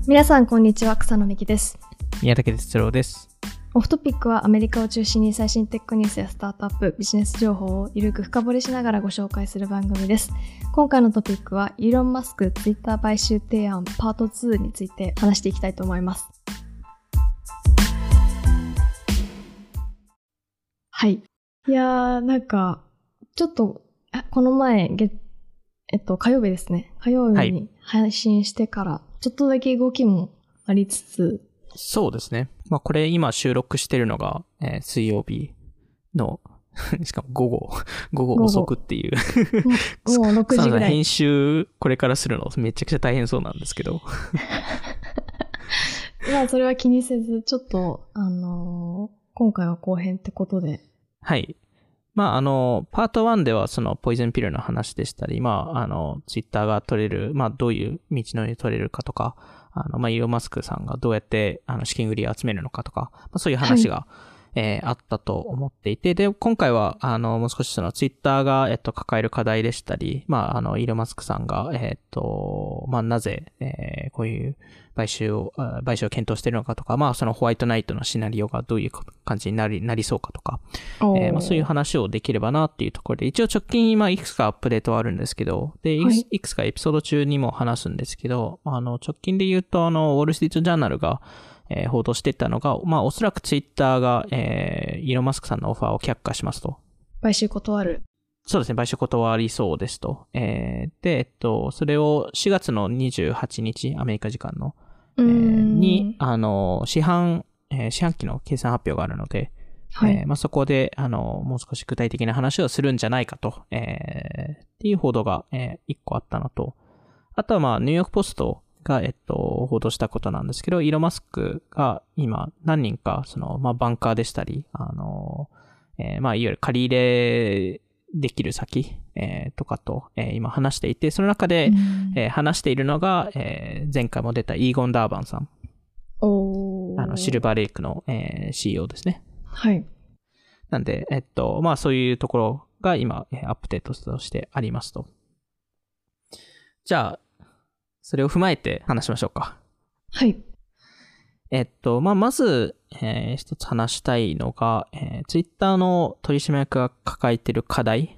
皆さんこんにちは、草野美希です。 宮武哲郎です。 オフトピックはアメリカを中心に最新テックニュースやスタートアップ、ビジネス情報をゆるく深掘りしながらご紹介する番組です。今回のトピックはイーロン・マスクツイッター買収提案パート2について話していきたいと思います。はい。いやー、なんかちょっとこの前火曜日ですね。火曜日に配信してから、ちょっとだけ動きもありつつ。 そうですね。まあこれ今収録してるのが、水曜日の、しかも午後遅くっていう。 もう6時ぐらい。 編集これからするのめちゃくちゃ大変そうなんですけど。 まあそれは気にせず、ちょっと、今回は後編ってことで。 はい。まあパート1ではそのポイズンピルの話でしたり、まあツイッターが取れる、まあどういう道のり取れるかとか、まあイーロン・マスクさんがどうやって資金繰りを集めるのかとか、まあそういう話が、あったと思っていて、で、今回はもう少しそのツイッターが抱える課題でしたり、まあイーロン・マスクさんがまあなぜこういう買収を検討しているのかとか、まあそのホワイトナイトのシナリオがどういう感じになりそうかとか、まあそういう話をできればなっていうところで、一応直近今いくつかアップデートはあるんですけど、で、いくつかエピソード中にも話すんですけど、直近で言うとウォールストリートジャーナルが報道していたのが、まあおそらくツイッターがイーロン・マスクさんのオファーを却下しますと。 買収断る。 そうですね、買収断りそうですと。で、それを4月の28日、アメリカ時間の、に、四半期の計算発表があるので、まあ、そこで、もう少し具体的な話をするんじゃないかと、っていう報道が、一個あったのと、あとはまあ、ニューヨークポストが、報道したことなんですけど、イーロン・マスクが今、何人か、まあ、バンカーでしたり、まあ、いわゆる借り入れできる先、とかと、今話していて、その中で、話しているのが、前回も出たイーゴン・ダーバンさん。シルバーレイクの、CEO ですね。 はい。 なんで、まあそういうところが今、アップデートとしてありますと。じゃあ、それを踏まえて話しましょうか。 はい。 まあまず、一つ話したいのが、ツイッターの取締役が抱えている課題。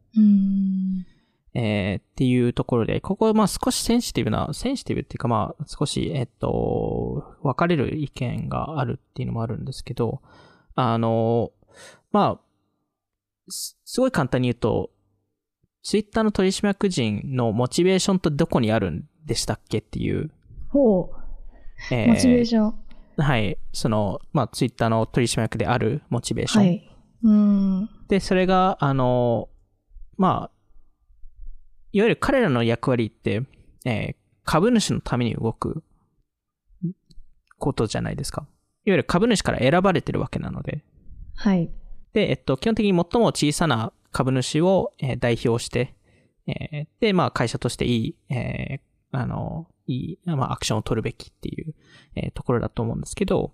っていうところで、ここはまあ少しセンシティブっていうかまあ少し、分かれる意見があるっていうのもあるんですけど、まあ、すごい簡単に言うと、ツイッターの取締役陣のモチベーションとどこにあるんでしたっけっていう。 モチベーション。 はい。まあ、ツイッターの取締役であるモチベーション。 はい。 で、それが、まあ、いわゆる彼らの役割って、株主のために動くことじゃないですか。いわゆる株主から選ばれてるわけなので。 はい。 で、基本的に最も小さな株主を、代表して、で、まあ、会社としていい、まあ、アクションを取るべきっていう、ところだと思うんですけど、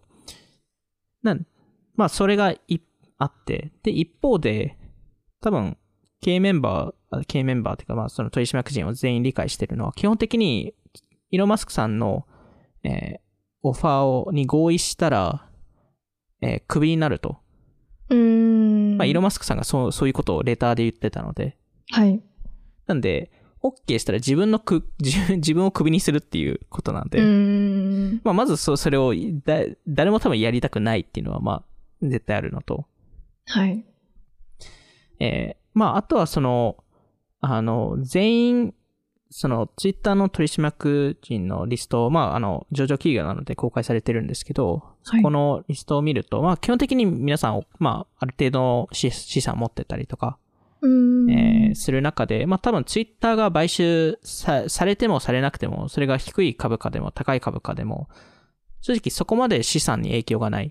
まあ、それがあって、で、一方で、多分、経営メンバーというか、まあ、その取締役陣を全員理解しているのは、基本的に、イーロン・マスクさんの、オファーに合意したら、クビになると。まあ、イーロン・マスクさんがそういうことをレターで言ってたので。 はい。 なんで、OK したら自分をクビにするっていうことなんで。まあ、まずそれを誰も多分やりたくないっていうのは、まあ、絶対あるのと。 はい。 まあ、あとは全員、ツイッターの取締役陣のリストを、まあ、上場企業なので公開されてるんですけど、そこのリストを見ると、まあ、基本的に皆さん、まあ、ある程度の資産を持ってたりとか、する中で、まあ、多分ツイッターが買収されてもされなくても、それが低い株価でも高い株価でも、正直そこまで資産に影響がない。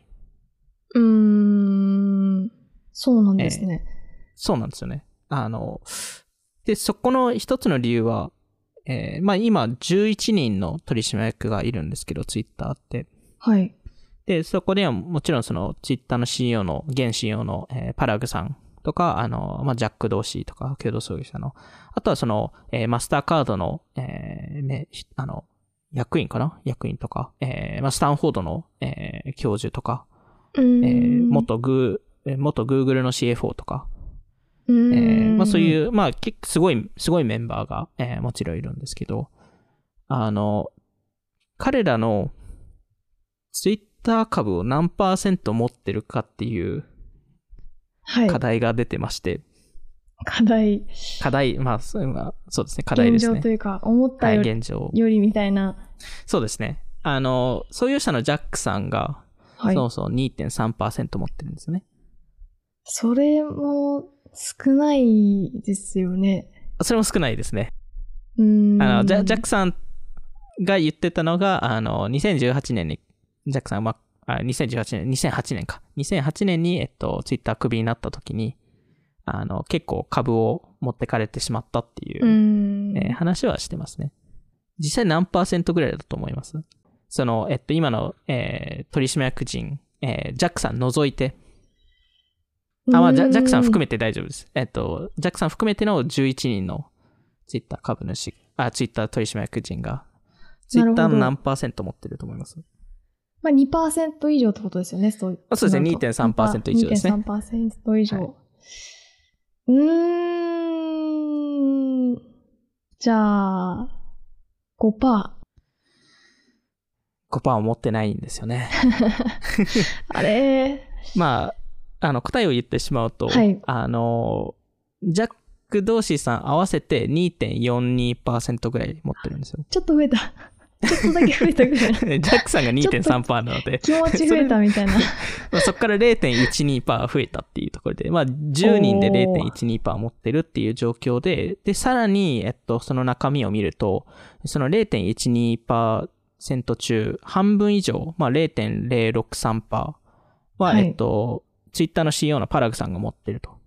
そうなんですね。 そうなんですよね。で、そこの一つの理由は、まあ今11人の取締役がいるんですけど、ツイッターって。 はい。 で、そこではもちろんツイッターの CEO の、現 CEO の、パラグさんとか、まあジャック・ドーシーとか、共同創業者の、あとはマスターカードの、 役員とか、まあ、スタンフォードの、教授とか、元 Google の CFO とか、まあ、そういう、まあ、すごいメンバーが、もちろんいるんですけど、彼らのツイッター株を何%持ってるかっていう課題が出てまして、 課題、 まあ、そうですね、課題ですね。 現状というか、思ったより、 現状よりみたいな。 そうですね。創業者のジャックさんが、そもそも 2.3% 持ってるんですよね。 それも少ないですよね。 それも少ないですね。ジャックさんが言ってたのが、2018年に、ジャックさんは、2008年に、ツイッタークビになった時に、結構株を持ってかれてしまったっていう、話はしてますね。実際何%ぐらいだと思います？今の、取締役人、ジャックさん除いて、まあ、ジャックさん含めて大丈夫です。ジャックさん含めての11人のツイッター株主、ツイッター取締役人が、ツイッターの何%持ってると思います？ まあ 2% 以上ってことですよね。そうですね、2.3% 以上ですね。 2.3% 以上。はい、じゃあ、5%。 5% を持ってないんですよね。 あれまあ、答えを言ってしまうと、 はい、 ジャック・ドーシーさん合わせて 2.42% ぐらい持ってるんですよ。 ちょっと増えた。ちょっとだけ増えたぐらい。ジャックさんが 2.3% なので。 気持ち増えたみたいな。 そこから 0.12% 増えたっていうところで、まあ、10人で 0.12% 持ってるっていう状況で、さらに、その中身を見ると、その 0.12% 中、半分以上、まあ、0.063% は、はい、ツイッターの CEO のパラグさんが持ってると。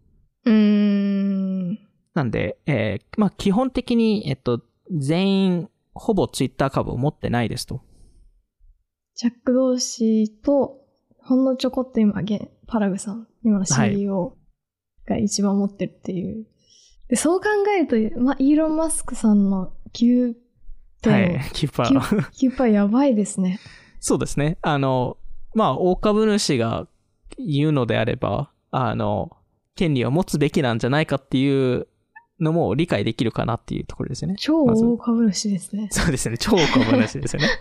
なんで、まあ、基本的に、全員、ほぼツイッター株を持ってないですと。 ジャック同士と、ほんのちょこっと今、パラグさん、今の CEO が一番持ってるっていう。はい、でそう考えると、まあ、イーロン・マスクさんの 9%。 はい、9%。 やばいですね。 そうですね。まあ、大株主が言うのであれば、権利を持つべきなんじゃないかっていうのも理解できるかなっていうところですよね。 超大株主ですね。 そうですね。超大株主ですよね。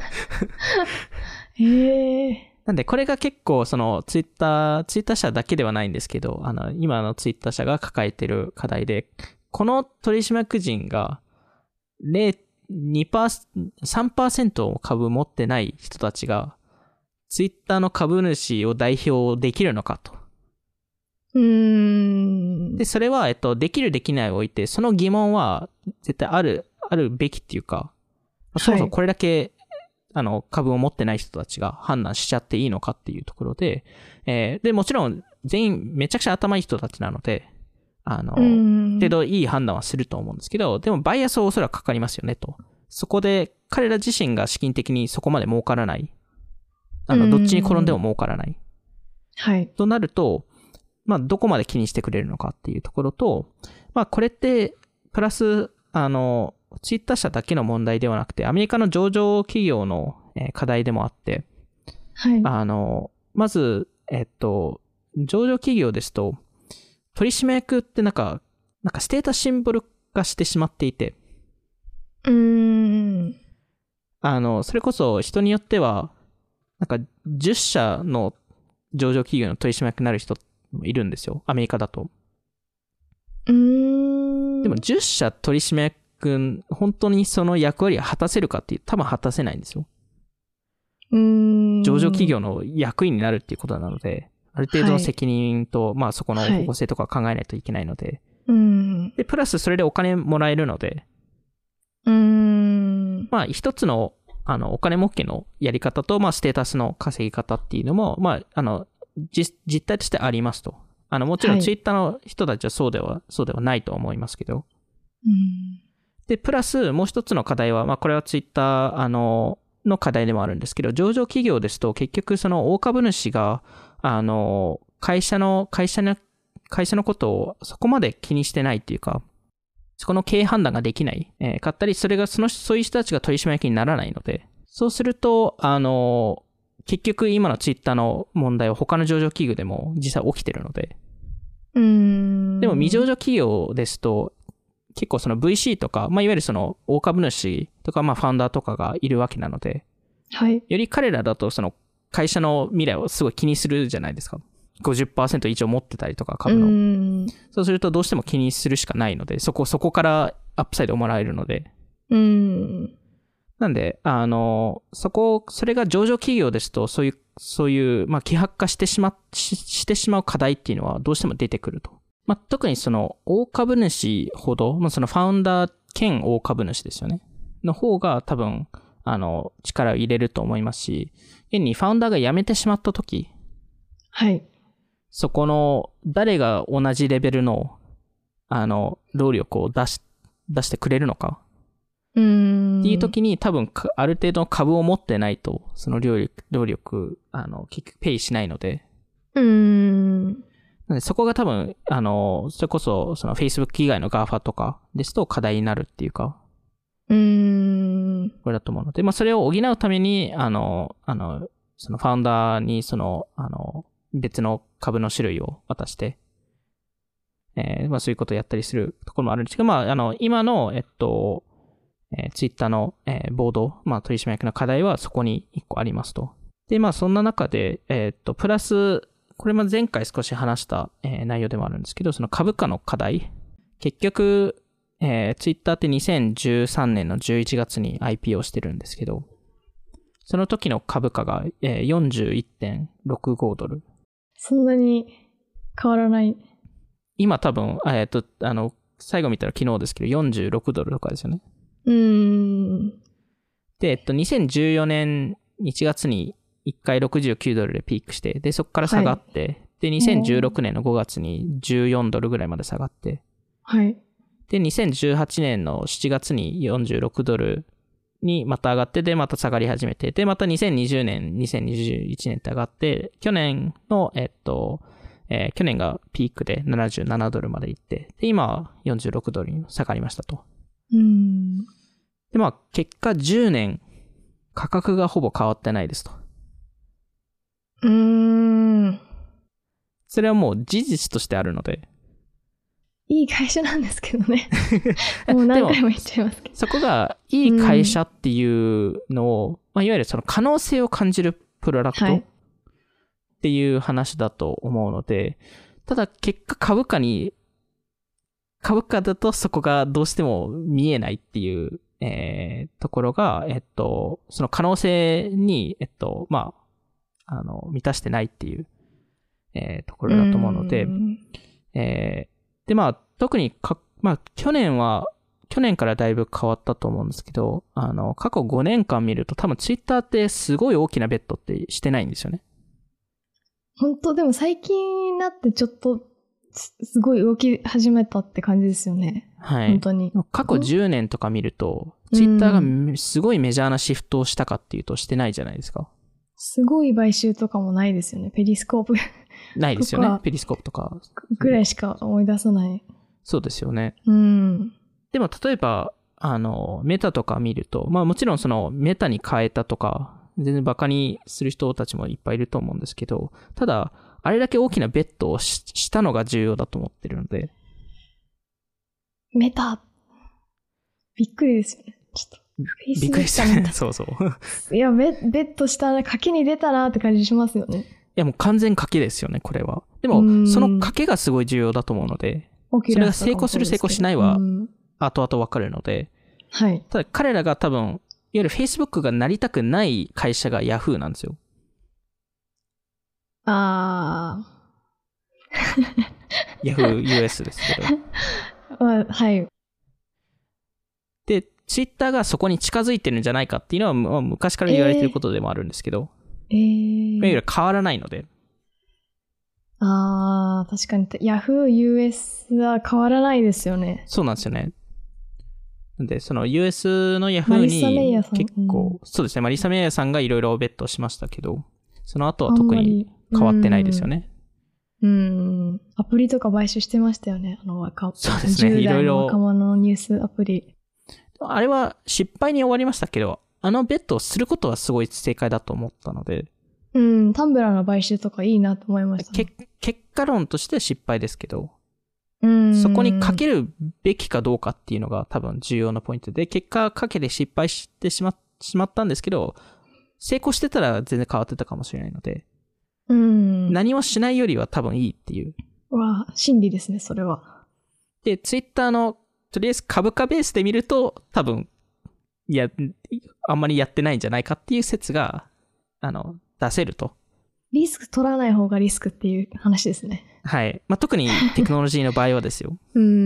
なんで、これが結構、ツイッター社だけではないんですけど、今のツイッター社が抱えている課題で、この取締役人が、3% を株持ってない人たちが、ツイッターの株主を代表できるのかと。で、それは、できるできないを置いて、その疑問は絶対あるべきっていうか、そもそもこれだけ、株を持ってない人たちが判断しちゃっていいのかっていうところで、で、もちろん全員めちゃくちゃ頭いい人たちなので、程度いい判断はすると思うんですけど、でもバイアスはおそらくかかりますよねと。そこで彼ら自身が資金的にそこまで儲からない。どっちに転んでも儲からない。 はい。 となると、まあ、どこまで気にしてくれるのかっていうところと、まあ、これって、プラス、ツイッター社だけの問題ではなくて、アメリカの上場企業の課題でもあって、 はい。 まず、上場企業ですと、取締役ってなんかステータスシンボル化してしまっていて、それこそ人によっては、なんか10社の上場企業の取締役になる人もいるんですよ。アメリカだと。でも10社取締役、本当にその役割を果たせるかっていう、多分果たせないんですよ。上場企業の役員になるっていうことなので、ある程度の責任と、はい、まあそこの方向性とか考えないといけないので、で、プラスそれでお金もらえるので、まあ一つのお金儲けのやり方と、まあ、ステータスの稼ぎ方っていうのも、まあ、実態としてありますと。もちろんツイッターの人たちはそうではないと思いますけど。で、プラスもう一つの課題は、まあ、これはツイッター、の課題でもあるんですけど、上場企業ですと結局その大株主が、会社のことをそこまで気にしてないっていうか、そこの経営判断ができない、かったり、そういう人たちが取締役にならないので、 そうすると、結局今のツイッターの問題は他の上場企業でも実際起きてるので。でも未上場企業ですと、結構その VC とか、まあ、いわゆるその大株主とか、まあ、ファウンダーとかがいるわけなので、 はい。 より彼らだとその会社の未来をすごい気にするじゃないですか。50% 以上持ってたりとか株の。そうするとどうしても気にするしかないので、そこからアップサイドをもらえるので。なんで、それが上場企業ですと、そういう、まあ、希薄化してしまう課題っていうのはどうしても出てくると。まあ、特にその大株主ほど、まあ、そのファウンダー兼大株主ですよね。の方が多分、力を入れると思いますし、現にファウンダーが辞めてしまったとき、 はい。 そこの誰が同じレベルの、労力を出してくれるのか。っていう時に多分ある程度の株を持ってないと、その労力、結局ペイしないので。なのでそこが多分、それこそ、その Facebook 以外の GAFA とかですと課題になるっていうか。これだと思うので、まあそれを補うために、そのファウンダーに別の株の種類を渡して、まあそういうことをやったりするところもあるんですけど、まあ今の、ツイッターの、ボード、まあ取締役の課題はそこに1個ありますと。で、まあそんな中で、プラス、これも前回少し話した、内容でもあるんですけど、その株価の課題。結局、ツイッターって2013年の11月に IPO してるんですけど、その時の株価が、41.65 ドル。 そんなに変わらない。 今多分、最後見たら昨日ですけど、46ドルとかですよね。で、2014年1月に1回69ドルでピークして、で、そこから下がって、はい、で、2016年の5月に14ドルぐらいまで下がって、 はい。 で、2018年の7月に46ドルにまた上がって、で、また下がり始めて、で、また2020年、2021年って上がって、去年の、去年がピークで77ドルまで行って、で、今は46ドルに下がりましたと。で、まあ、結果10年、価格がほぼ変わってないですと。それはもう事実としてあるので。 いい会社なんですけどね。もう何回も言っちゃいますけど。 そこがいい会社っていうのを、まあ、いわゆるその可能性を感じるプロダクトっていう話だと思うので、ただ結果株価だとそこがどうしても見えないっていう、ところが、その可能性に、まあ、満たしてないっていう、ところだと思うので、で、まあ、特にまあ、去年からだいぶ変わったと思うんですけど、過去5年間見ると多分ツイッターってすごい大きなベットってしてないんですよね。 本当でも最近になってちょっとすごい動き始めたって感じですよね。はい。本当に。 過去10年とか見ると、ツイッターがすごいメジャーなシフトをしたかっていうとしてないじゃないですか。 すごい買収とかもないですよね。ペリスコープ。 ないですよね。ペリスコープとか。 ぐらいしか思い出さない。 そうですよね。でも例えば、メタとか見ると、まあもちろんそのメタに変えたとか、全然バカにする人たちもいっぱいいると思うんですけど、ただ、あれだけ大きなベットをしたのが重要だと思ってるので。 メタびっくりですよね。ちょっと。 びっくりしたね。そうそう。 いや、ベットしたら賭けに出たなって感じしますよね。 いや、もう完全賭けですよね、これは。でも、その賭けがすごい重要だと思うので、それが成功する成功しないは、後々わかるので、 はい。 ただ彼らが多分、いわゆる Facebook がなりたくない会社が Yahoo なんですよ。Yahoo US ですけど。はい。 で、Twitter がそこに近づいてるんじゃないかっていうのは、昔から言われてることでもあるんですけど、いわゆる変わらないので。 確かに Yahoo US は変わらないですよね。 そうなんですよね。で、その US の Yahoo に結構、そうですね、マリサ・メイヤさんがいろいろベットしましたけど、その後は特に変わってないですよね。 アプリとか買収してましたよね。 そうですね、いろいろ。 若者のニュースアプリ。 あれは失敗に終わりましたけど、 あのベットをすることはすごい正解だと思ったので。 うん、タンブラーの買収とかいいなと思いました、ね。 結果論として失敗ですけど、 そこにかけるべきかどうかっていうのが多分重要なポイントで、結果かけて失敗してしまったんですけど、成功してたら全然変わってたかもしれないので、何もしないよりは多分いいっていう。 わあ、真理ですね、それは。 で、ツイッターのとりあえず株価ベースで見ると多分、あんまりやってないんじゃないかっていう説が、出せると。 リスク取らない方がリスクっていう話ですね。 はい。まあ、特にテクノロジーの場合はですよ。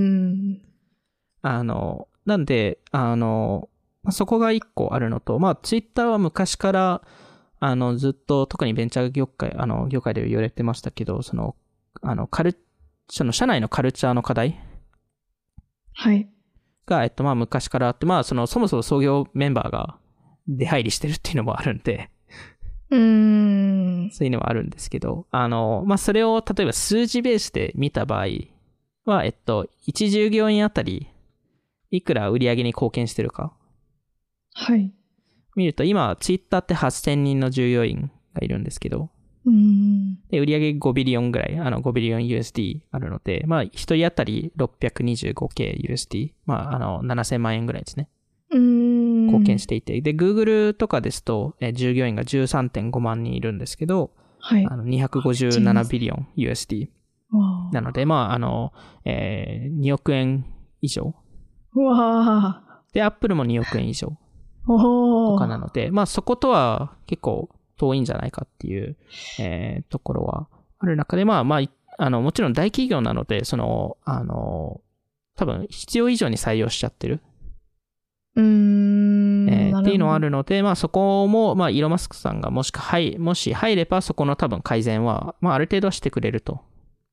なんで、そこが一個あるのと、まあ、ツイッターは昔から、ずっと、特にベンチャー業界で言われてましたけど、その社内のカルチャーの課題。 はい。 が、まあ、昔からあって、まあ、そもそも創業メンバーが出入りしてるっていうのもあるんで、そういうのはあるんですけど、まあ、それを例えば数字ベースで見た場合は、1従業員あたり、いくら売り上げに貢献してるか。 はい。 見ると、今、ツイッターって8000人の従業員がいるんですけど、で、売り上げ5ビリオンぐらい、5ビリオン USD あるので、まあ、1人当たり 625K USD、まあ、7000万円ぐらいですね。貢献していて。で、Google とかですと、従業員が 13.5 万人いるんですけど、 はい。 257ビリオン USD。なので、まあ、2億円以上。で、Apple も2億円以上。とかなので、まあ、そことは結構遠いんじゃないかっていう、ところはある中で、まあ、もちろん大企業なので、多分必要以上に採用しちゃってる。っていうのはあるので、まあそこも、まあイーロン・マスクさんがもし入れば、そこの多分改善は、まあある程度はしてくれると。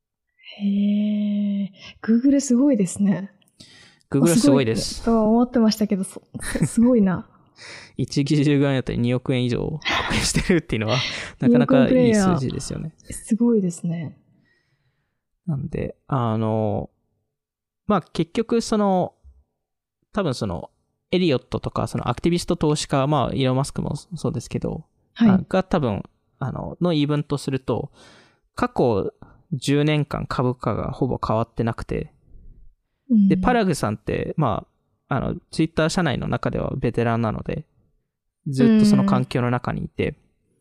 Google すごいですね。 Google すごいです。 と思ってましたけど、すごいな。 1従業員だったり2億円以上貢献してるっていうのは、なかなかいい数字ですよね。 すごいですね。 なんで、まあ結局多分エリオットとか、アクティビスト投資家、まあ、イーロン・マスクもそうですけど、 はい、 が多分、の言い分とすると、過去10年間株価がほぼ変わってなくて、で、パラグさんって、まあ、ツイッター社内の中ではベテランなので、ずっとその環境の中にいて、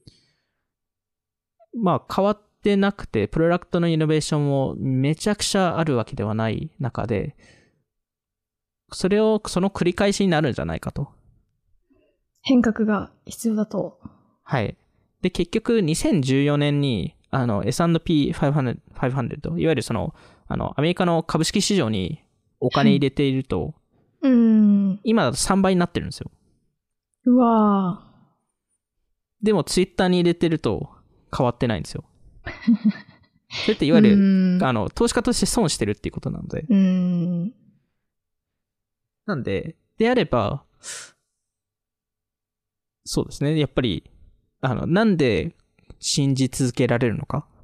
まあ、変わってなくて、プロダクトのイノベーションもめちゃくちゃあるわけではない中で、その繰り返しになるんじゃないかと。 変革が必要だと。 はい。で、結局2014年に、S&P500、いわゆるアメリカの株式市場にお金入れていると、今だと3倍になってるんですよ。 うわー。でもツイッターに入れてると変わってないんですよ。それっていわゆる、投資家として損してるっていうことなので。なんで、であれば、そうですね。やっぱり、なんで信じ続けられるのか。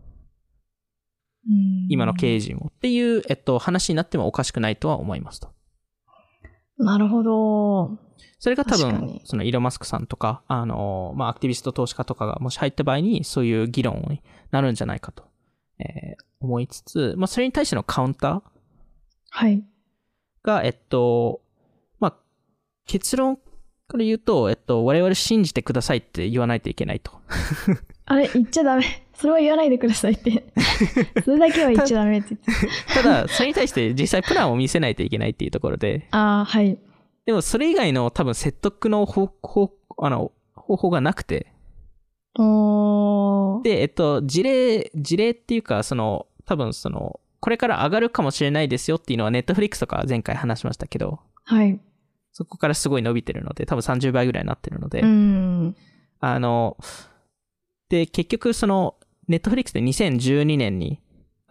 今の経営陣をっていう、話になってもおかしくないとは思いますと。 なるほど。 それが多分、イーロン・マスクさんとか、まあ、アクティビスト投資家とかがもし入った場合に、そういう議論になるんじゃないかと、思いつつ、まあ、それに対してのカウンター。 はい。 が、まあ、結論から言うと、我々信じてくださいって言わないといけないと。 あれ、言っちゃダメ。それは言わないでくださいって。それだけは言っちゃダメって言って。 ただ、それに対して実際プランを見せないといけないっていうところで。 はい。 でも、それ以外の多分説得の方法がなくて。で、事例っていうか、多分これから上がるかもしれないですよっていうのは、ネットフリックスとか前回話しましたけど。 はい。 そこからすごい伸びてるので、多分30倍ぐらいになってるので。で、結局ネットフリックスで2012年に、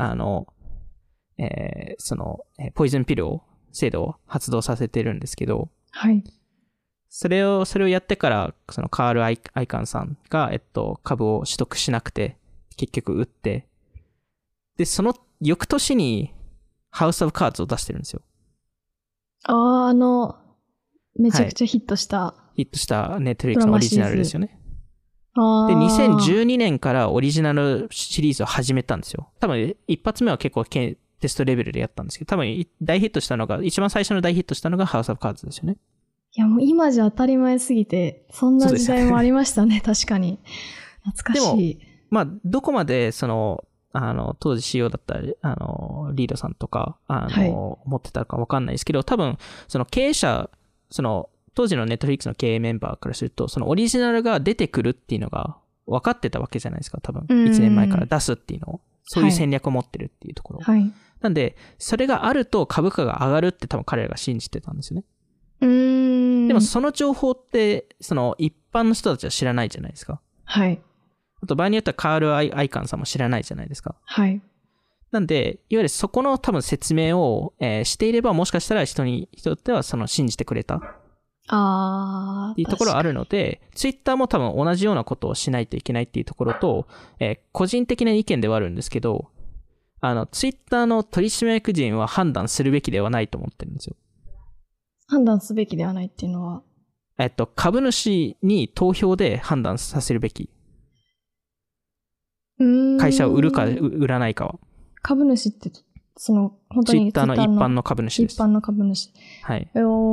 ポイズンピル制度を発動させてるんですけど、 はい。 それをやってから、カール・アイカンさんが、株を取得しなくて、結局売って、で、その翌年に、ハウス・オブ・カーズを出してるんですよ。 めちゃくちゃヒットした。 ヒヒットしたネットフリックスのオリジナルですよね。で、 あー 2012年からオリジナルシリーズを始めたんですよ。多分、一発目は結構テストレベルでやったんですけど、多分、大ヒットしたのが、一番最初の大ヒットしたのがハウス・オブ・カーズですよね。 いやもう今じゃ当たり前すぎて、そんな時代もありましたね、確かに。懐かしい。 まあ、どこまで、当時 CEO だったリードさんとか、 はい持ってたかわかんないですけど、多分、その経営者、当時のネットフリックスの経営メンバーからすると、そのオリジナルが出てくるっていうのが分かってたわけじゃないですか、多分。1年前から出すっていうのを。そういう戦略を持ってるっていうところ。 はい。 なんで、それがあると株価が上がるって多分彼らが信じてたんですよね。でもその情報って、一般の人たちは知らないじゃないですか。 はい。 あと場合によってはカール・アイカンさんも知らないじゃないですか。 はい。 なんで、いわゆるそこの多分説明を、していれば、もしかしたら人にとっては信じてくれたっていうところはあるので、ツイッターも多分同じようなことをしないといけないっていうところと、個人的な意見ではあるんですけど、ツイッターの取締役人は判断するべきではないと思ってるんですよ。 判断すべきではないっていうのは、 株主に投票で判断させるべき。会社を売るか売らないかは。 株主って、本当にツイッターの一般の株主です。 一般の株主。 はい。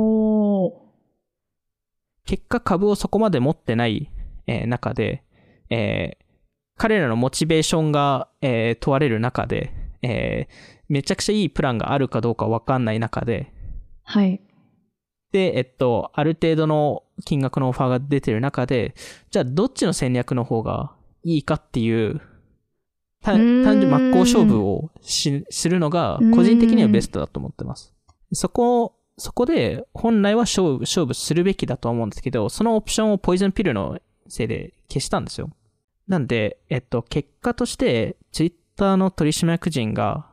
結果株をそこまで持ってない、中で、彼らのモチベーションが、問われる中で、めちゃくちゃいいプランがあるかどうか分かんない中で、 はい。 で、ある程度の金額のオファーが出てる中で、じゃあどっちの戦略の方がいいかっていう、単純真っ向勝負をするのが、個人的にはベストだと思ってます。そこで本来は勝負するべきだと思うんですけど、そのオプションをポイズンピルのせいで消したんですよ。なんで、結果として、ツイッターの取締役人が、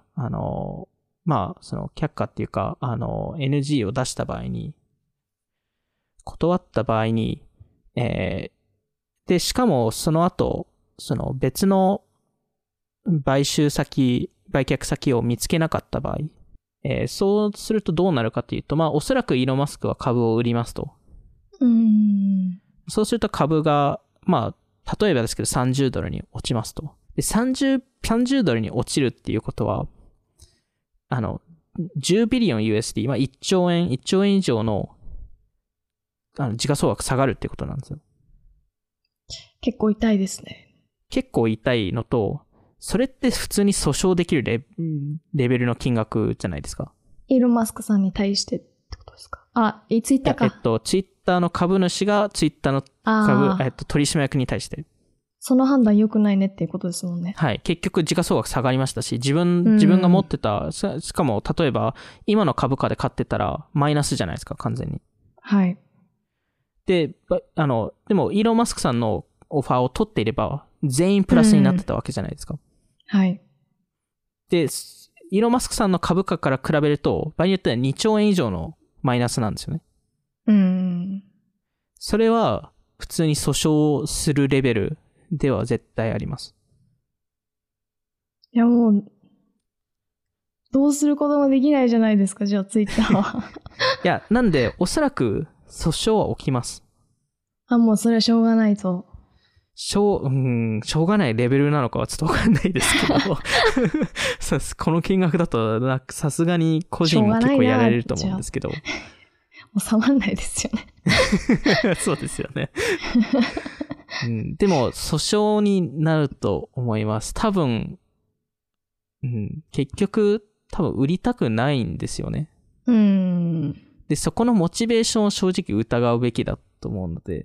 却下っていうか、NG を出した場合に、断った場合に、で、しかもその後、別の売却先を見つけなかった場合、そうするとどうなるかっていうと、おそらくイーロン・マスクは株を売りますと。そうすると株が、例えばですけど30ドルに落ちますと。で、30ドルに落ちるっていうことは、10ビリオン USD、1兆円以上の、時価総額下がるっていうことなんですよ。 結構痛いですね。 結構痛いのと、それって普通に訴訟できるレベルの金額じゃないですか。 イーロン・マスクさんに対してってことですか？ツイッターか。 ツイッターの株主がツイッターの取締役に対して。 その判断良くないねっていうことですもんね。 はい。結局時価総額下がりましたし、自分が持ってた、しかも例えば今の株価で買ってたらマイナスじゃないですか、完全に。 はい。 でもイーロン・マスクさんのオファーを取っていれば全員プラスになってたわけじゃないですか。 はい。 で、イーロン・マスクさんの株価から比べると、場合によっては2兆円以上のマイナスなんですよね。それは普通に訴訟するレベルでは絶対あります。 いやもう、どうすることもできないじゃないですか、じゃあツイッターは。 いや、なんで、おそらく訴訟は起きます。 もうそれはしょうがないと。 しょうがないレベルなのかはちょっとわかんないですけど、この金額だと、さすがに個人も結構やられると思うんですけど。 収まんないですよね。 そうですよね。でも、訴訟になると思います。多分、結局、売りたくないんですよね。で、そこのモチベーションを正直疑うべきだと思うので。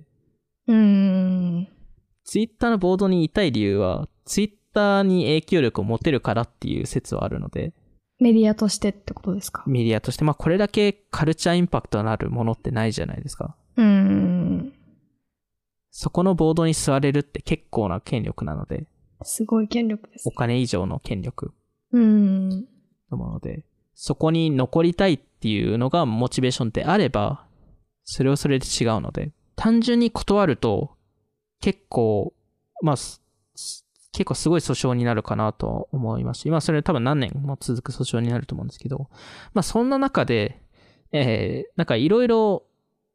ツイッターのボードにいたい理由は、ツイッターに影響力を持てるからっていう説はあるので。 メディアとしてってことですか？ メディアとして、これだけカルチャーインパクトのあるものってないじゃないですか。そこのボードに座れるって結構な権力なので。 すごい権力です、 お金以上の権力。と思うので、そこに残りたいっていうのがモチベーションであれば、それはそれで違うので、単純に断ると、結構すごい訴訟になるかなと思いますし、それ多分何年も続く訴訟になると思うんですけど、そんな中で、いろいろ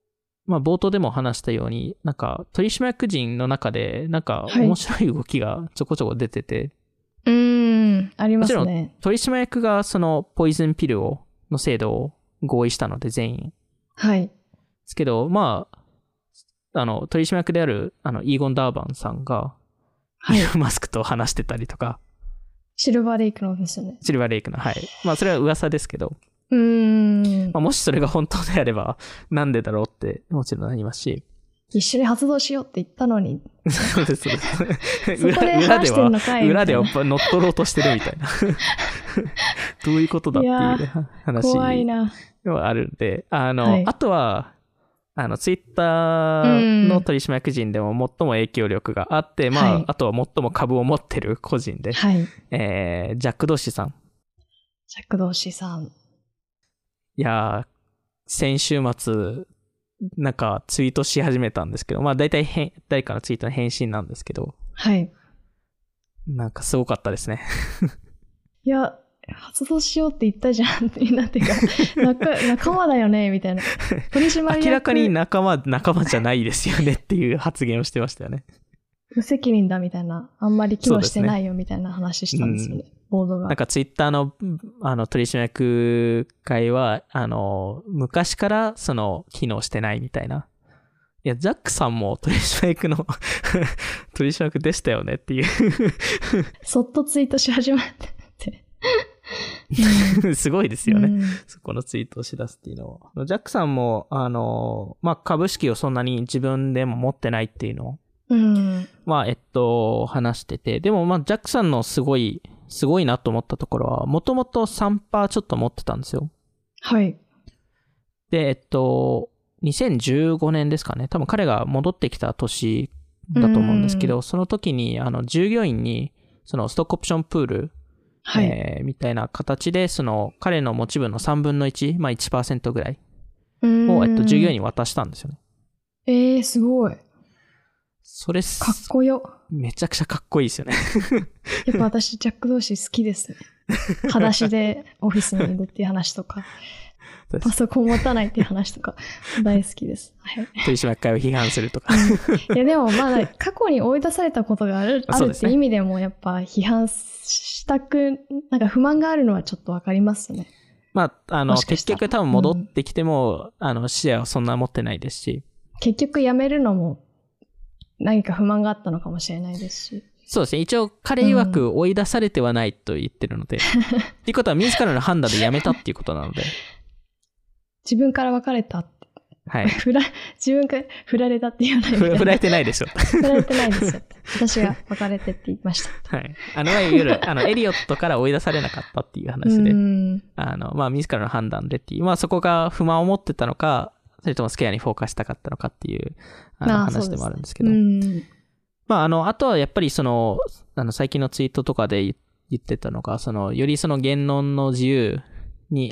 まあ冒頭でも話したように、なんか取締役陣の中で、なんか面白い動きがちょこちょこ出てて、 ありますね。 もちろん取締役がそのポイズンピルの制度を合意したので全員。 はい。 ですけど、まあ、取締役である、イーゴン・ダーバンさんが、イーロン・マスクと話してたりとか。 シルバーレイクのですよね。 シルバーレイクの、はい。まあ、それは噂ですけど。まあ、もしそれが本当であれば、なんでだろうって、もちろんなりますし。 一緒に発動しようって言ったのに。 そうです、そうです。 裏では乗っ取ろうとしてるみたいな。どういうことだっていう話怖いな。 はあるんで、 はい、 あとは、ツイッターの取締役人でも最も影響力があって、まあ、あとは最も株を持ってる個人で、 はい、 ジャック・ドーシーさん。 ジャック・ドーシーさん。 いやー、先週末、なんかツイートし始めたんですけど、まあ大体誰かのツイートの返信なんですけど、 はい。 なんかすごかったですね。 いや、発動しようって言ったじゃんってなってか、仲間だよねみたいな。取締役明らかに仲間じゃないですよねっていう発言をしてましたよね。 無責任だみたいな、あんまり機能してないよみたいな話したんですよね。ボードが。 なんかツイッターの取締役会は昔から機能してないみたいな。いや、ジャックさんも取締役の取締役でしたよねっていうそっとツイートし始めてすごいですよね、そこのツイートをし出すっていうのを。ジャックさんもまあ株式をそんなに自分でも持ってないっていうのを、まあ話してて、でもまあジャックさんのすごいなと思ったところは、もともと 3% ちょっと持ってたんですよ。 はい。 で、2015年ですかね。多分彼が戻ってきた年だと思うんですけど、その時に、従業員に、ストックオプションプール、 はい、 みたいな形で、彼の持ち分の3分の1、まあ 1% ぐらいを、従業員に渡したんですよね。 すごい。 それかっこよ。 めちゃくちゃかっこいいですよね。 やっぱ私、ジャック同士好きですね。裸足でオフィスにいるっていう話とか、パソコン持たないっていう話とか、大好きです。はい、 取締役会を批判するとか。 いや、でもまだ過去に追い出されたことがあるって意味でも、やっぱ批判したく、なんか不満があるのはちょっとわかりますね。 まあ、結局多分戻ってきても、視野はそんな持ってないですし。 結局辞めるのも、何か不満があったのかもしれないですし。 そうですね。一応、彼曰く追い出されてはないと言ってるので。っていうことは、自らの判断で辞めたっていうことなので。 自分から別れたって。 はい。 自分から振られたって言わないみたいな。 振られてないでしょ。 振られてないですよ。私が別れてって言いました。 はい。いわゆる、エリオットから追い出されなかったっていう話で。まあ、自らの判断でっていう。まあ、そこが不満を持ってたのか、それともスケアにフォーカスしたかったのかっていう話でもあるんですけど。まあ、あとはやっぱり最近のツイートとかで言ってたのが、より言論の自由に、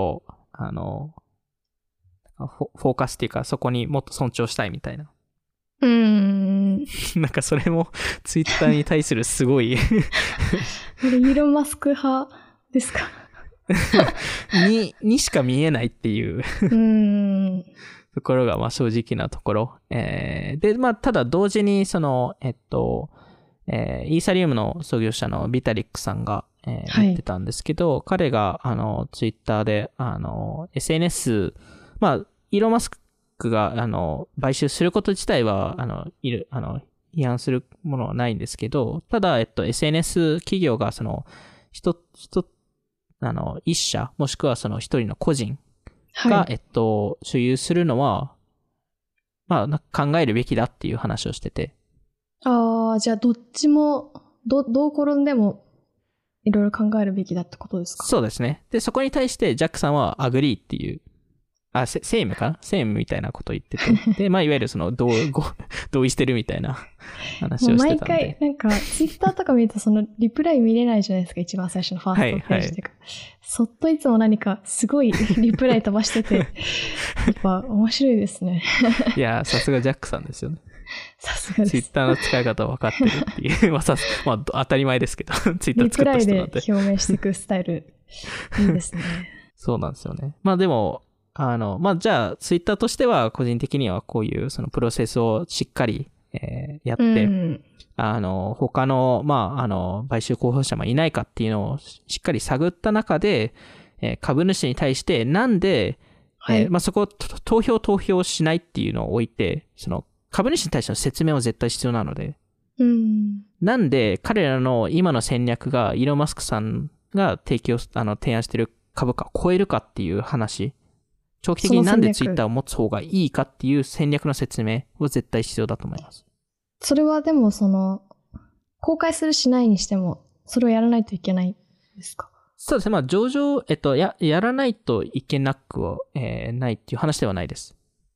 フォーカスっていうか、そこにもっと尊重したいみたいな。なんかそれもツイッターに対するすごいイーロン・マスク派ですかにしか見えないっていうところがまあ正直なところ。で、まあただ同時にイーサリウムの創業者のビタリックさんが、言ってたんですけど、彼がツイッターでSNS、まあイーロン・マスクが買収すること自体は批判するものはないんですけど、ただSNS 企業が一社もしくは一人の個人が、所有するのはまあ考えるべきだっていう話をしてて。 ああ、じゃあどっちもどう転んでもいろいろ考えるべきだってことですか？ そうですね。でそこに対してジャックさんはアグリーっていう。セイムかなセイムみたいなことを言ってて。で、まあ、いわゆる同意してるみたいな話をしてたんで。 毎回、なんか、ツイッターとか見ると、リプライ見れないじゃないですか、一番最初のファーストページとか。そっといつも何か、すごいリプライ飛ばしてて、やっぱ、面白いですね。 いや、さすがジャックさんですよね。 さすがです。 ツイッターの使い方分かってるっていう。まあ、当たり前ですけど、ツイッター作った人なんで。 リプライで表明していくスタイル、いいですね。 そうなんですよね。まあでも、 まあ、じゃあ、ツイッターとしては、個人的にはこういうそのプロセスをしっかり、やって、他の、まあ、買収候補者もいないかっていうのをしっかり探った中で、株主に対してなんで、まあ、そこを投票しないっていうのを置いて、その株主に対しての説明は絶対必要なので、なんで彼らの今の戦略がイーロン・マスクさんが提案している株価を超えるかっていう話、長期的になんでツイッターを持つ方がいいかっていう戦略の説明は絶対必要だと思います。 それはでも公開するしないにしても、それをやらないといけないですか？ そうですね。まあ、上場、やらないといけなくは、ないっていう話ではないです。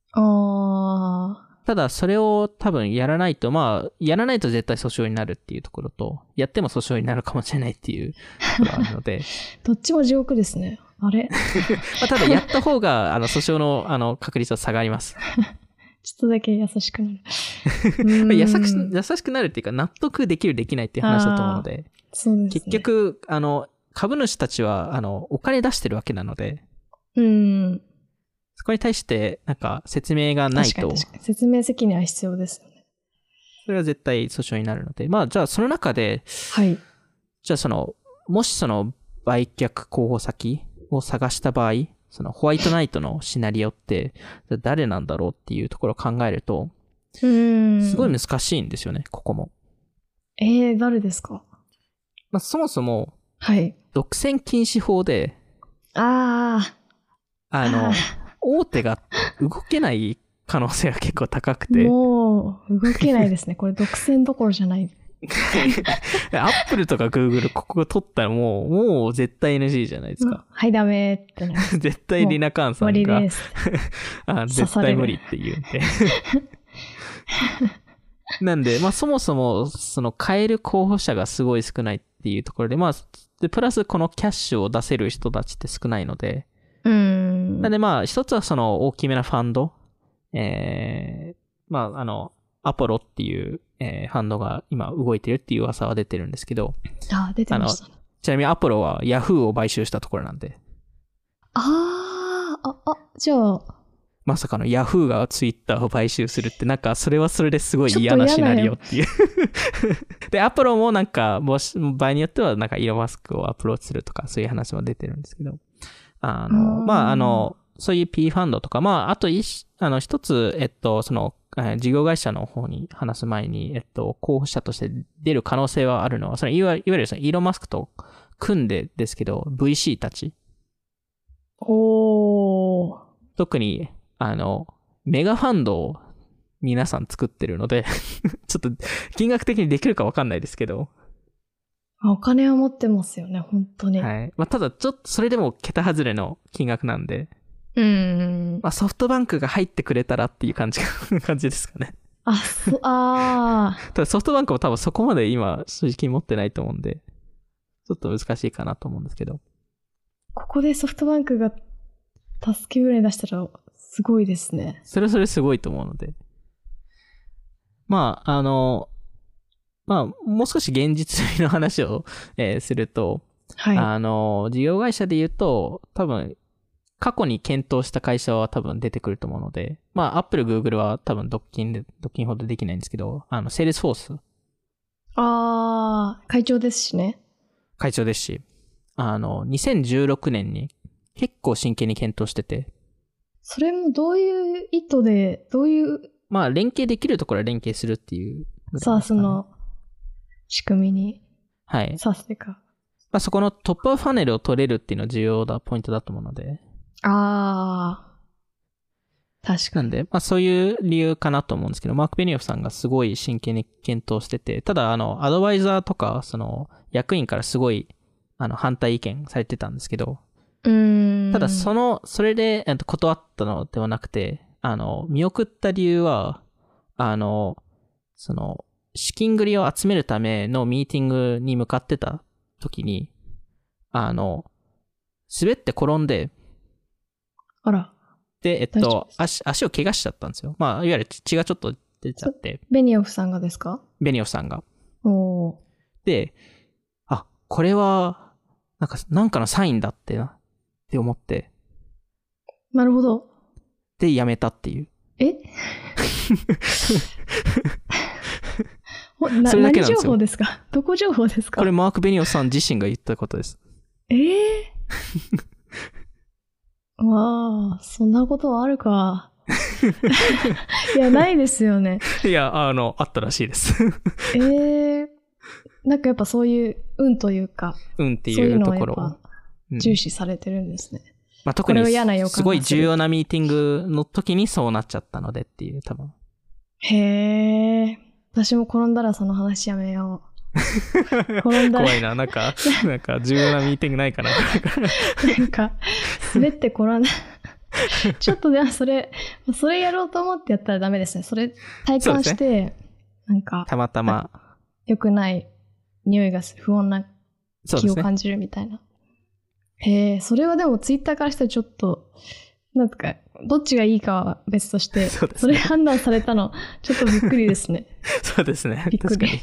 ただ、それを多分やらないと、まあ、やらないと絶対訴訟になるっていうところと、やっても訴訟になるかもしれないっていうところがあるので。 どっちも地獄ですね。あれまあ、ただ、やった方が、訴訟の、確率は下がります。 ちょっとだけ優しくなる。 優しくなるっていうか、納得できるできないっていう話だと思うので。 そうですね。 結局、株主たちは、お金出してるわけなので。そこに対して、なんか、説明がないと。 確かに説明責任は必要ですよね。 それは絶対訴訟になるので。まあ、じゃあ、その中で、じゃあ、もし売却候補先を探した場合、ホワイトナイトのシナリオって、誰なんだろうっていうところを考えると、すごい難しいんですよね、ここも。 誰ですか？ まあ、そもそも、独占禁止法で、大手が動けない可能性が結構高くて。 もう、動けないですね。これ独占どころじゃない。 アップルとかグーグルここ取ったらもう絶対 NG じゃないですか。 はい、ダメってなります。 絶対リナカーンさんが。 無理です。 絶対無理って言うんで。なんで、まあそもそも、買える候補者がすごい少ないっていうところで、まあ、プラスこのキャッシュを出せる人たちって少ないので、なんでまあ、一つは大きめなファンド、まあ、アポロっていう、ファンドが今動いてるっていう噂は出てるんですけど、 出てましたね。 ちなみにアポロはヤフーを買収したところなんで。 じゃあ、 まさかのヤフーがツイッターを買収するって、なんかそれはそれですごい嫌なシナリオっていう。で、アポロもなんか、場合によってはなんかイーロンマスクをアプローチするとか、そういう話も出てるんですけど。まあ、そういう P ファンドとか、まあ、あと一つ、事業会社の方に話す前に、候補者として出る可能性はあるのは、いわゆるイーロンマスクと組んでですけど、VC たち。特に、メガファンドを皆さん作ってるので、ちょっと金額的にできるかわかんないですけど。 お金は持ってますよね、本当に。 はい。まあ、ただちょっとそれでも桁外れの金額なんで。まあ、ソフトバンクが入ってくれたらっていう感じですかね。ただソフトバンクも多分そこまで今、正直持ってないと思うんで、ちょっと難しいかなと思うんですけど。 ここでソフトバンクが助け舟出したらすごいですね。 それすごいと思うので。まあ、まあ、もう少し現実的な話を、すると、事業会社で言うと、多分、過去に検討した会社は多分出てくると思うので、まあ、Apple、Google は多分独禁ほどできないんですけど、Salesforce。 会長ですしね。 会長ですし、2016年に結構真剣に検討してて。 それもどういう意図で、 まあ、連携できるところは連携するっていう、ね。 SaaS の仕組みに。 はい。 SaaS でか。 まあ、そこのトップファネルを取れるっていうのは重要なポイントだと思うので。 確かに。 なんで、まあそういう理由かなと思うんですけど、マーク・ベニオフさんがすごい真剣に検討してて、ただアドバイザーとか、役員からすごい、反対意見されてたんですけど、ただそれで、断ったのではなくて、見送った理由は、資金繰りを集めるためのミーティングに向かってた時に、滑って転んで、で、足を怪我しちゃったんですよ。まあ、いわゆる血がちょっと出ちゃって。 ベニオフさんがですか？ ベニオフさんが。で、これは、なんかのサインだって思って。 なるほど。 で、辞めたっていう。 えそれだけなんですよ。 何情報ですか？どこ情報ですか？ これマーク・ベニオスさん自身が言ったことです。 わあ、そんなことはあるか。いや、ないですよね。 いや、あったらしいです。 なんかやっぱそういう運というか、 運っていうところを重視されてるんですね。 まあ、特にすごい重要なミーティングの時にそうなっちゃったのでっていう、多分。 へえ。私も転んだらその話やめよう。転んだら怖いな。なんか重要なミーティングないかな。 なんか、滑って転んだ。ちょっとでもそれやろうと思ってやったらダメですね。それ体感して、ね、なんか、 たまたま。 良くない匂いがする、不穏な気を感じるみたいな。へえ、それはでもツイッターからしたらちょっと、なんか、どっちがいいかは別として、それ判断されたの、ちょっとびっくりですね。 そうですね。確かに。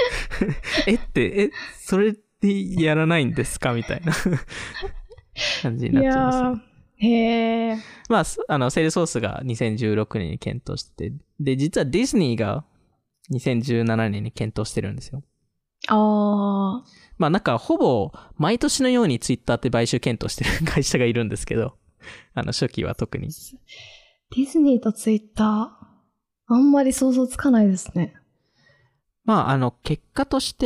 それでやらないんですかみたいな感じになっちゃいます、ね。 へえ。 まあ、セールソースが2016年に検討してて、で、実はディズニーが2017年に検討してるんですよ。 ああ。 まあなんかほぼ毎年のようにツイッターって買収検討してる会社がいるんですけど、初期は特に。 ディズニーとツイッター、あんまり想像つかないですね。 まあ結果として、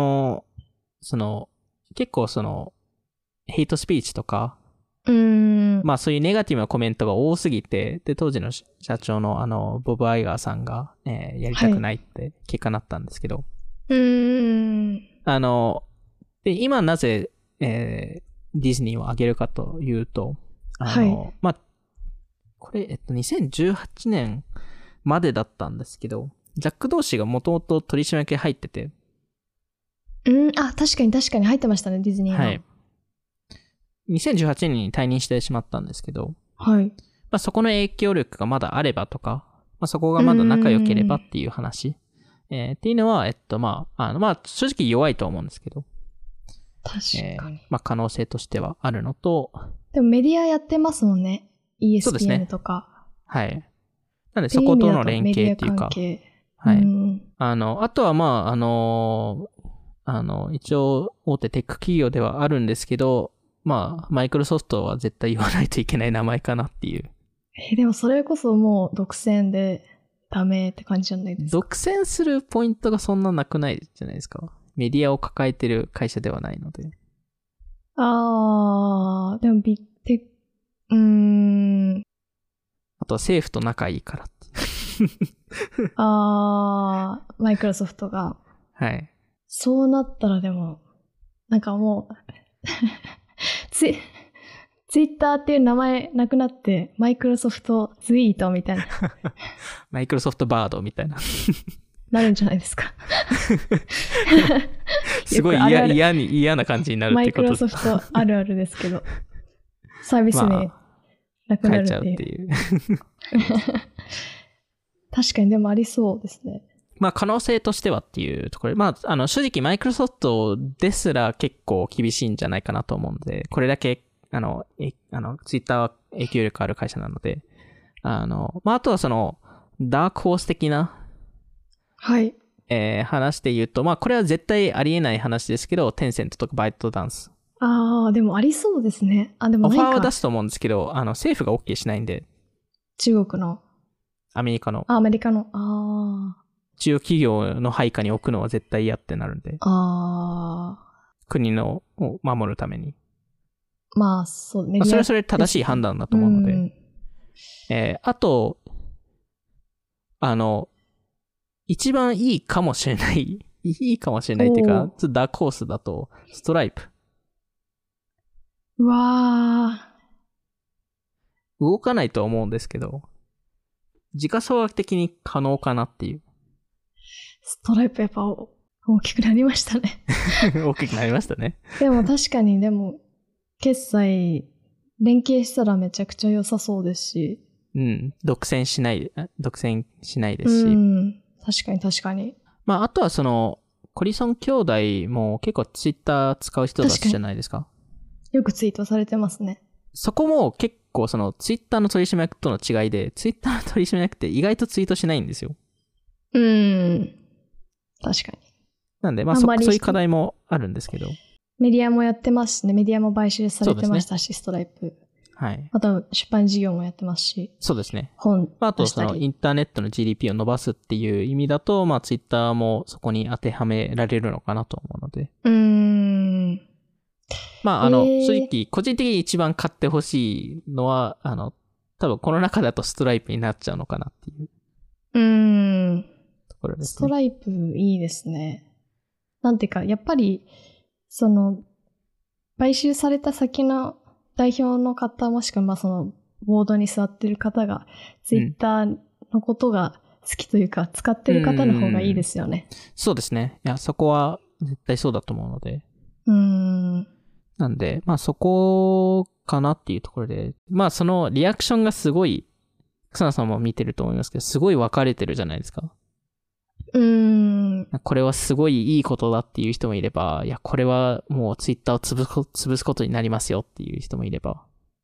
結構ヘイトスピーチとか、まあそういうネガティブなコメントが多すぎて、で、当時の社長のボブ・アイガーさんが、やりたくないって結果になったんですけど、で、今なぜ、ディズニーを上げるかというと、まあ、これ、2018年までだったんですけど、ジャック・ドーシーがもともと取締役入ってて。 あ、確かに入ってましたね、ディズニーは。はい。 2018年に退任してしまったんですけど、 はい。 まあ、そこの影響力がまだあればとか、まあ、そこがまだ仲良ければっていう話。っていうのは、まあ、正直弱いと思うんですけど。 確かに。 まあ、可能性としてはあるのと。 でもメディアやってますもんね。ESPN とか。 はい。なので、そことの連携っていうか。はい。あとはまあ、一応、大手テック企業ではあるんですけど、まあ、マイクロソフトは絶対言わないといけない名前かなっていう。 でもそれこそもう独占でダメって感じじゃないですか。 独占するポイントがそんななくないじゃないですか。メディアを抱えてる会社ではないので。 でもあとは政府と仲いいからって。 マイクロソフトが。 はい。 そうなったらでも、なんかもう、ツイッターっていう名前なくなって、マイクロソフトツイートみたいな。 マイクロソフトバードみたいな。 なるんじゃないですか。 すごい嫌な感じになるってことです。 マイクロソフトあるあるですけど、サービス名なくなるっていう。確かにでもありそうですね。 まあ可能性としてはっていうところで、まあ正直マイクロソフトですら結構厳しいんじゃないかなと思うので、これだけツイッターは影響力ある会社なので、まああとはダークホース的な、 はい。 話で言うと、まあこれは絶対ありえない話ですけど、テンセントとかバイトダンス。 でもありそうですね。でもオファーを出すと思うんですけど、政府が OK しないんで。 中国の。 アメリカの。 アメリカの。 中央企業の配下に置くのは絶対嫌ってなるんで。国のを守るために。 まあ、そう、 メディア、それはそれ正しい判断だと思うので。あと、一番いいかもしれない、いいかもしれないっていうか、ダークホースだと、ストライプ。 うわー。 動かないと思うんですけど、時価総額的に可能かなっていう。 ストライプやっぱ大きくなりましたね。 大きくなりましたね。 でも確かに、決済、連携したらめちゃくちゃ良さそうですし。 独占しないですし。 確かに。 まあ、あとはコリソン兄弟も結構ツイッター使う人たちじゃないですか。 よくツイートされてますね。 そこも結構そのツイッターの取締役との違いで、ツイッターの取締役って意外とツイートしないんですよ。 確かに。 なんで、まあそういう課題もあるんですけど。 メディアもやってますしね。メディアも買収されてましたし、ストライプ。 はい。 あと、出版事業もやってますし。 そうですね。 本あと、そのインターネットの GDP を伸ばすっていう意味だと、まあツイッターもそこに当てはめられるのかなと思うので。まあ正直、個人的に一番買ってほしいのは、多分この中だとストライプになっちゃうのかなっていう。ところですね。 ストライプいいですね。なんていうか、やっぱり、その、買収された先の代表の方もしくは、まあその、ボードに座ってる方が、ツイッターのことが好きというか、使ってる方の方がいいですよね。 そうですね。いや、そこは絶対そうだと思うので。なんで、まあそこかなっていうところで、まあそのリアクションがすごい、草野さんも見てると思いますけど、すごい分かれてるじゃないですか。これはすごいいいことだっていう人もいれば、いや、これはもうツイッターを潰すことになりますよっていう人もいれば。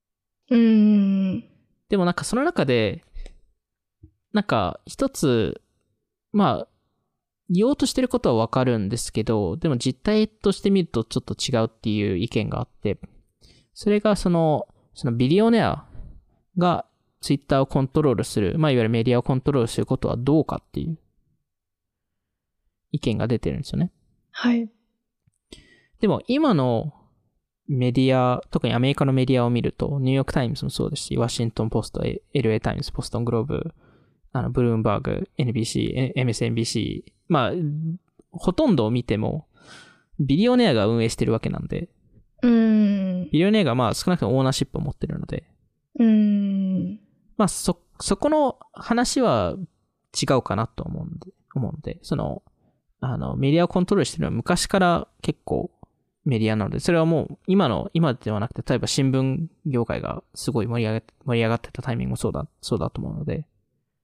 でもなんかその中で、なんか一つ、まあ、言おうとしてることはわかるんですけど、でも実態として見るとちょっと違うっていう意見があって、それがそのビリオネアがツイッターをコントロールする、まあいわゆるメディアをコントロールすることはどうかっていう意見が出てるんですよね。 はい。 でも今のメディア、特にアメリカのメディアを見ると、ニューヨークタイムズもそうですし、ワシントンポスト、LA タイムズ、ボストングローブ、ブルームバーグ、NBC、MSNBC、まあ、ほとんどを見ても、ビリオネアが運営してるわけなんで、ビリオネアがまあ少なくともオーナーシップを持ってるので、まあそこの話は違うかなと思うので、その、メディアをコントロールしてるのは昔から結構メディアなので、それはもう今ではなくて、例えば新聞業界がすごい盛り上がってたタイミングもそうだと思うので、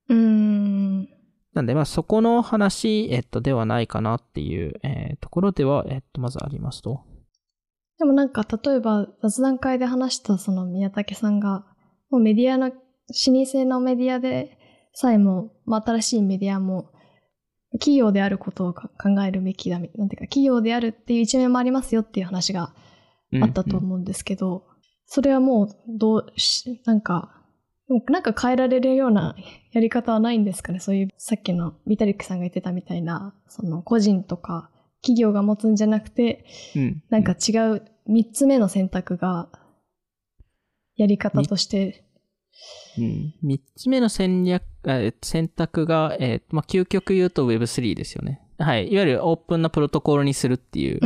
なんで、まあ、そこの話、ではないかなっていう、ところでは、まずありますと。 でもなんか、例えば、雑談会で話したその宮武さんが、もうメディアの、老舗のメディアでさえも、まあ、新しいメディアも、企業であることを考えるべきだ、なんていうか、企業であるっていう一面もありますよっていう話があったと思うんですけど、それはもう、なんか変えられるようなやり方はないんですかね。そういう、さっきのビタリックさんが言ってたみたいな、その個人とか企業が持つんじゃなくて、なんか違う3つ目の選択が、やり方として。 3つ目の選択が、まあ、究極言うと Web3 ですよね。はい。いわゆるオープンなプロトコルにするっていう、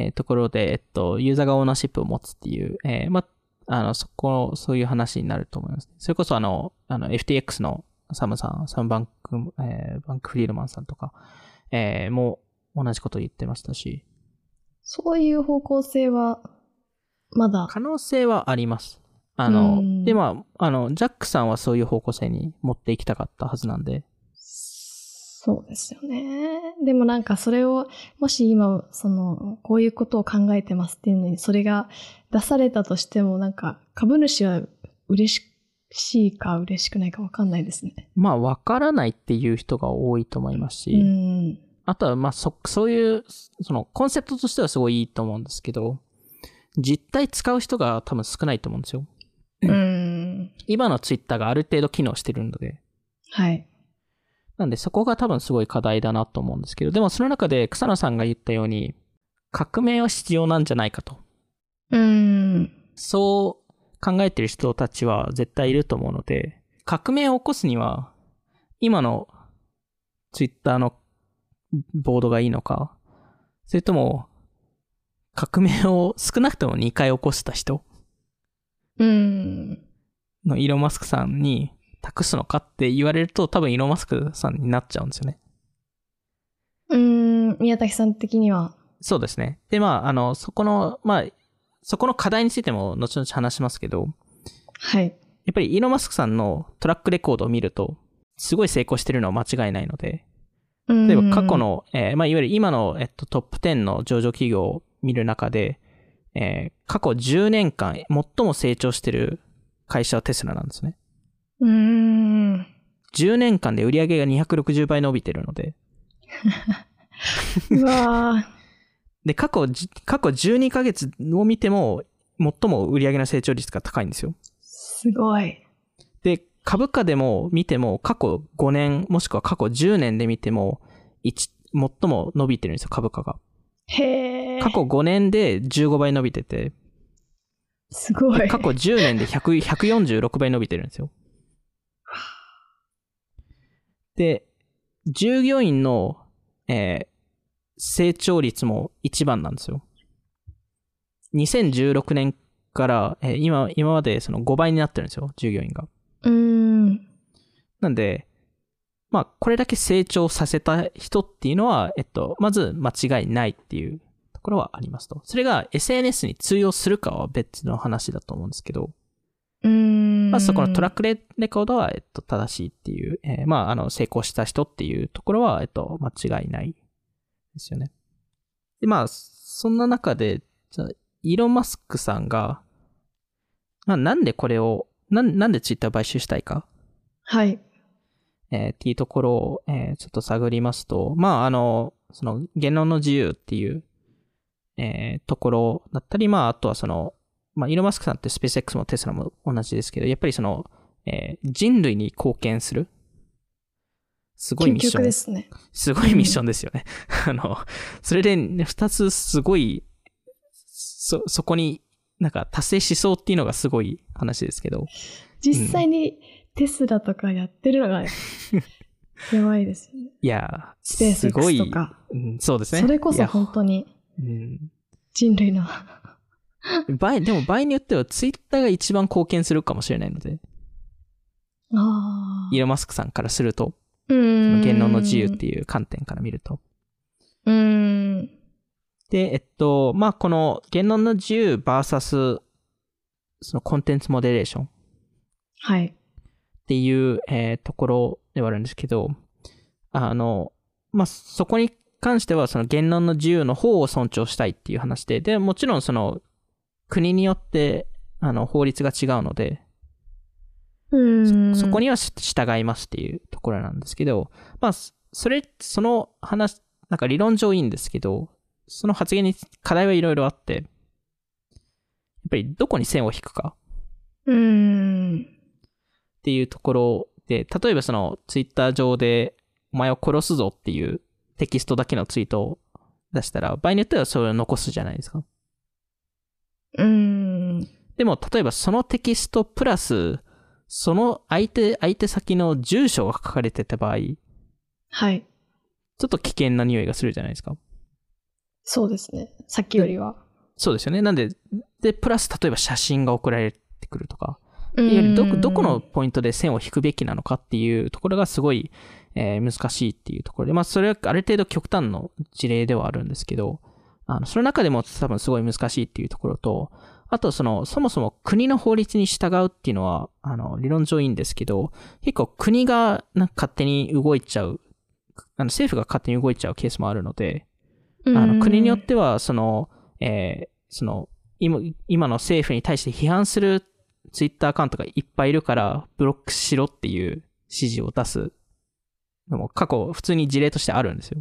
ところで、ユーザーがオーナーシップを持つっていう、まあ、そういう話になると思います。それこそFTX のサムバンクフリードマンさんとか、も同じことを言ってましたし。 そういう方向性は、まだ。 可能性はあります。で、まあ、ジャックさんはそういう方向性に持っていきたかったはずなんで。 そうですよね。でもなんかそれを、もし今、こういうことを考えてますっていうのに、それが出されたとしても、なんか株主は嬉しいか嬉しくないか分かんないですね。 まあ、分からないっていう人が多いと思いますし、あとは、まあ、そういう、コンセプトとしてはすごいいいと思うんですけど、実態使う人が多分少ないと思うんですよ。今のツイッターがある程度機能してるので。 はい。 なんでそこが多分すごい課題だなと思うんですけど、でもその中で草野さんが言ったように、革命は必要なんじゃないかと。そう考えてる人たちは絶対いると思うので、革命を起こすには、今のツイッターのボードがいいのか、それとも、革命を少なくとも2回起こした人のイーロン・マスクさんに託すのかって言われると多分イーロン・マスクさんになっちゃうんですよね。 宮崎さん的には。 そうですね。で、まあ、そこの課題についても後々話しますけど、 はい。 やっぱりイーロン・マスクさんのトラックレコードを見ると、すごい成功してるのは間違いないので、例えば過去の、まあ、いわゆる今の、トップ10の上場企業を見る中で、過去10年間最も成長してる会社はテスラなんですね。 10 年間で売り上げが260倍伸びてるので。 うわで、過去12ヶ月を見ても、最も売り上げの成長率が高いんですよ。 すごい。 で、株価でも見ても、過去5年、もしくは過去10年で見ても、最も伸びてるんですよ、株価が。 へー。 過去5年で15倍伸びてて、 すごい。 過去10年で146倍伸びてるんですよ。で、従業員の、成長率も一番なんですよ。2016年から、今までその5倍になってるんですよ、従業員が。なんで、まあ、これだけ成長させた人っていうのは、まず間違いないっていうところはありますと。それが SNS に通用するかは別の話だと思うんですけど、まずそこのトラックレコードは、正しいっていう、まあ、成功した人っていうところは、間違いないですよね。で、まあ、そんな中で、じゃあイーロン・マスクさんが、まあ、なんでこれを、なんでツイッターを買収したいか。 はい。 っていうところを、ちょっと探りますと、まあ、その、言論の自由っていう、ところだったり、まあ、あとはその、まあ、イーロン・マスクさんってスペース X もテスラも同じですけど、やっぱりその、人類に貢献する。すごいミッション。 究極ですね。 すごいミッションですよね。それで、二つすごい、そこになんか達成しそうっていうのがすごい話ですけど。 実際にテスラとかやってるのが、やばいですよね。 いや、 スペース X とか。 そうですね。 それこそ本当に、人類の。 でも場合によってはツイッターが一番貢献するかもしれないので。イーロン・マスクさんからすると。その言論の自由っていう観点から見ると。で、まあ、この言論の自由 vs そのコンテンツモデレーション。 はい。 っていう、ところではあるんですけど、まあ、そこに関してはその言論の自由の方を尊重したいっていう話で、で、もちろんその国によって法律が違うので、そこには従いますっていうところなんですけど、まあ、その話、なんか理論上いいんですけど、その発言に課題はいろいろあって、やっぱりどこに線を引くか。っていうところで、例えばそのツイッター上でお前を殺すぞっていうテキストだけのツイートを出したら、場合によってはそれを残すじゃないですか。でも例えばそのテキストプラス、その相手先の住所が書かれてた場合、 はい。 ちょっと危険な匂いがするじゃないですか。 そうですね。さっきよりは。 そうですよね。なんで、プラス例えば写真が送られてくるとか、どこのポイントで線を引くべきなのかっていうところがすごい、難しいっていうところで、まあそれはある程度極端の事例ではあるんですけど、その中でも多分すごい難しいっていうところと、あとそもそも国の法律に従うっていうのは、理論上いいんですけど、結構国がなんか勝手に動いちゃう、政府が勝手に動いちゃうケースもあるので、国によっては、今の政府に対して批判するツイッターアカウントがいっぱいいるからブロックしろっていう指示を出すのも過去普通に事例としてあるんですよ。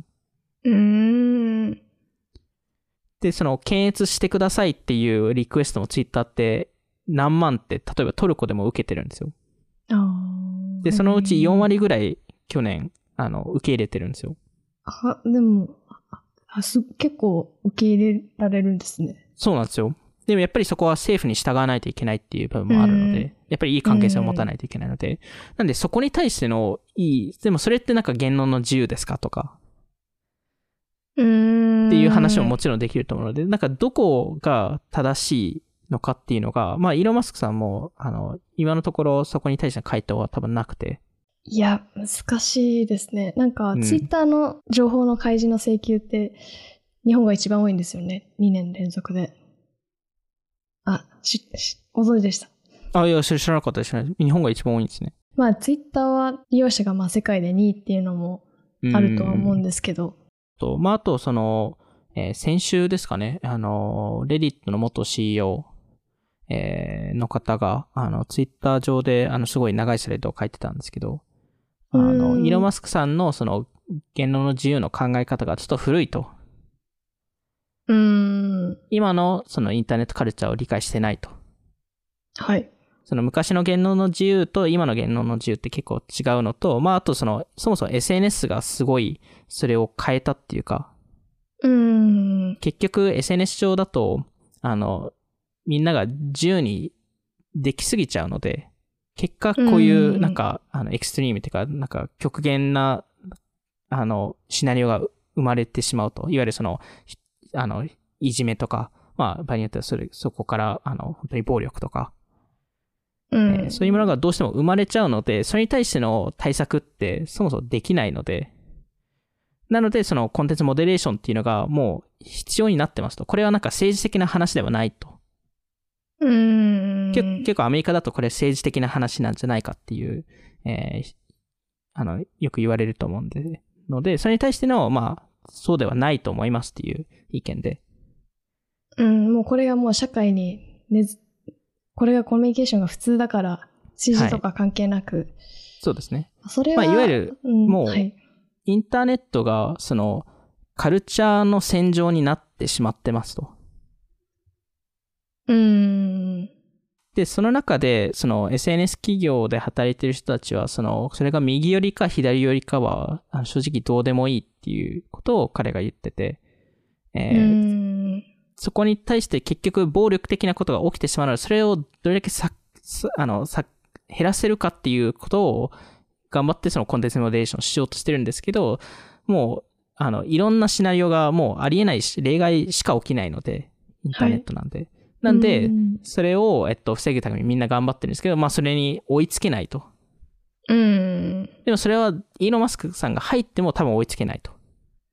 で、検閲してくださいっていうリクエストもツイッターって何万って例えばトルコでも受けてるんですよ。で、そのうち4割ぐらい去年受け入れてるんですよ。 でも結構受け入れられるんですね。 そうなんですよ。でもやっぱりそこは政府に従わないといけないっていう部分もあるので、やっぱりいい関係性を持たないといけないので、なんでそこに対してのでもそれってなんか言論の自由ですかとか、っていう話ももちろんできると思うので、なんかどこが正しいのかっていうのが、まあイーロン・マスクさんも、今のところそこに対しての回答は多分なくて。 いや、難しいですね。なんか、ツイッターの情報の開示の請求って、日本が一番多いんですよね。2年連続で。ご存知でした？ いや、知らなかったですね。日本が一番多いんですね。 まあ、ツイッターは利用者が世界で2位っていうのもあるとは思うんですけど。 まあ、あと、先週ですかね、レディットの元 CEO、 の方が、ツイッター上で、すごい長いスレッドを書いてたんですけど、イーロン・マスクさんのその言論の自由の考え方がちょっと古いと。今のそのインターネットカルチャーを理解してないと。 はい。 その昔の言論の自由と今の言論の自由って結構違うのと、まああとそもそも SNS がすごいそれを変えたっていうか、結局 SNS 上だと、みんなが自由にできすぎちゃうので、結果こういうなんか、エクストリームっていうか、なんか極限な、シナリオが生まれてしまうと。いわゆるその、いじめとか、まあ場合によってはそこから、本当に暴力とか、そういうものがどうしても生まれちゃうので、それに対しての対策ってそもそもできないので、なのでそのコンテンツモデレーションっていうのがもう必要になってますと。これはなんか政治的な話ではないと。結構アメリカだとこれ政治的な話なんじゃないかっていう、よく言われると思うんで、それに対しての、まあ、そうではないと思いますっていう意見で。 もうこれがもう社会にこれがコミュニケーションが普通だから、政治とか関係なく。はい、 そうですね。 それは、 まあ、いわゆる、もう、はい、インターネットが、その、カルチャーの戦場になってしまってますと。で、その中で、その SNS 企業で働いている人たちは、それが右寄りか左寄りかは、正直どうでもいいっていうことを彼が言ってて、そこに対して結局暴力的なことが起きてしまうので、それをどれだけ減らせるかっていうことを頑張ってそのコンテンツモデレーションしようとしてるんですけど、もう、いろんなシナリオがもうありえないし、例外しか起きないので、インターネットなんで。はい、なんで、それを、防ぐためにみんな頑張ってるんですけど、まあそれに追いつけないと。でもそれは、イーロン・マスクさんが入っても多分追いつけないと。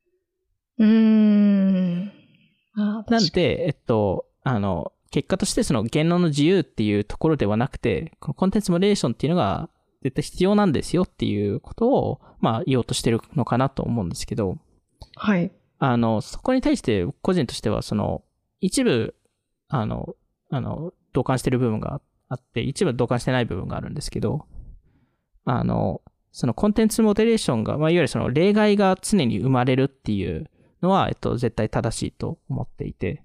なんで、結果としてその言論の自由っていうところではなくて、このコンテンツモデレーションっていうのが絶対必要なんですよっていうことを、まあ言おうとしてるのかなと思うんですけど、 はい。 そこに対して個人としては、一部、同感してる部分があって、一部同感してない部分があるんですけど、そのコンテンツモデレーションが、まあいわゆるその例外が常に生まれるっていうのは、絶対正しいと思っていて。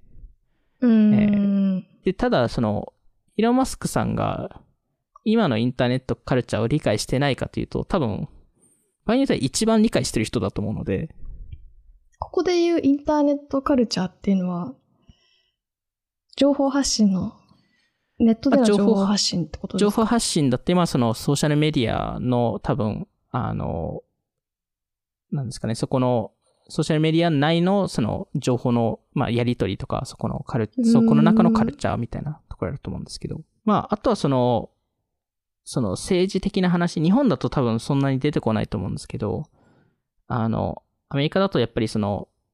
で、ただ、イーロン・マスクさんが、今のインターネットカルチャーを理解してないかというと、多分、場合によっては一番理解してる人だと思うので。 ここで言うインターネットカルチャーっていうのは、情報発信の、ネットでの情報発信ってことですか？ 情報発信だって、まあソーシャルメディアの多分、なんですかね、そこの、ソーシャルメディア内のその情報の、まあ、やり取りとか、そこの中のカルチャーみたいなところだと思うんですけど。まあ、あとはその政治的な話、日本だと多分そんなに出てこないと思うんですけど、アメリカだとやっぱりツイ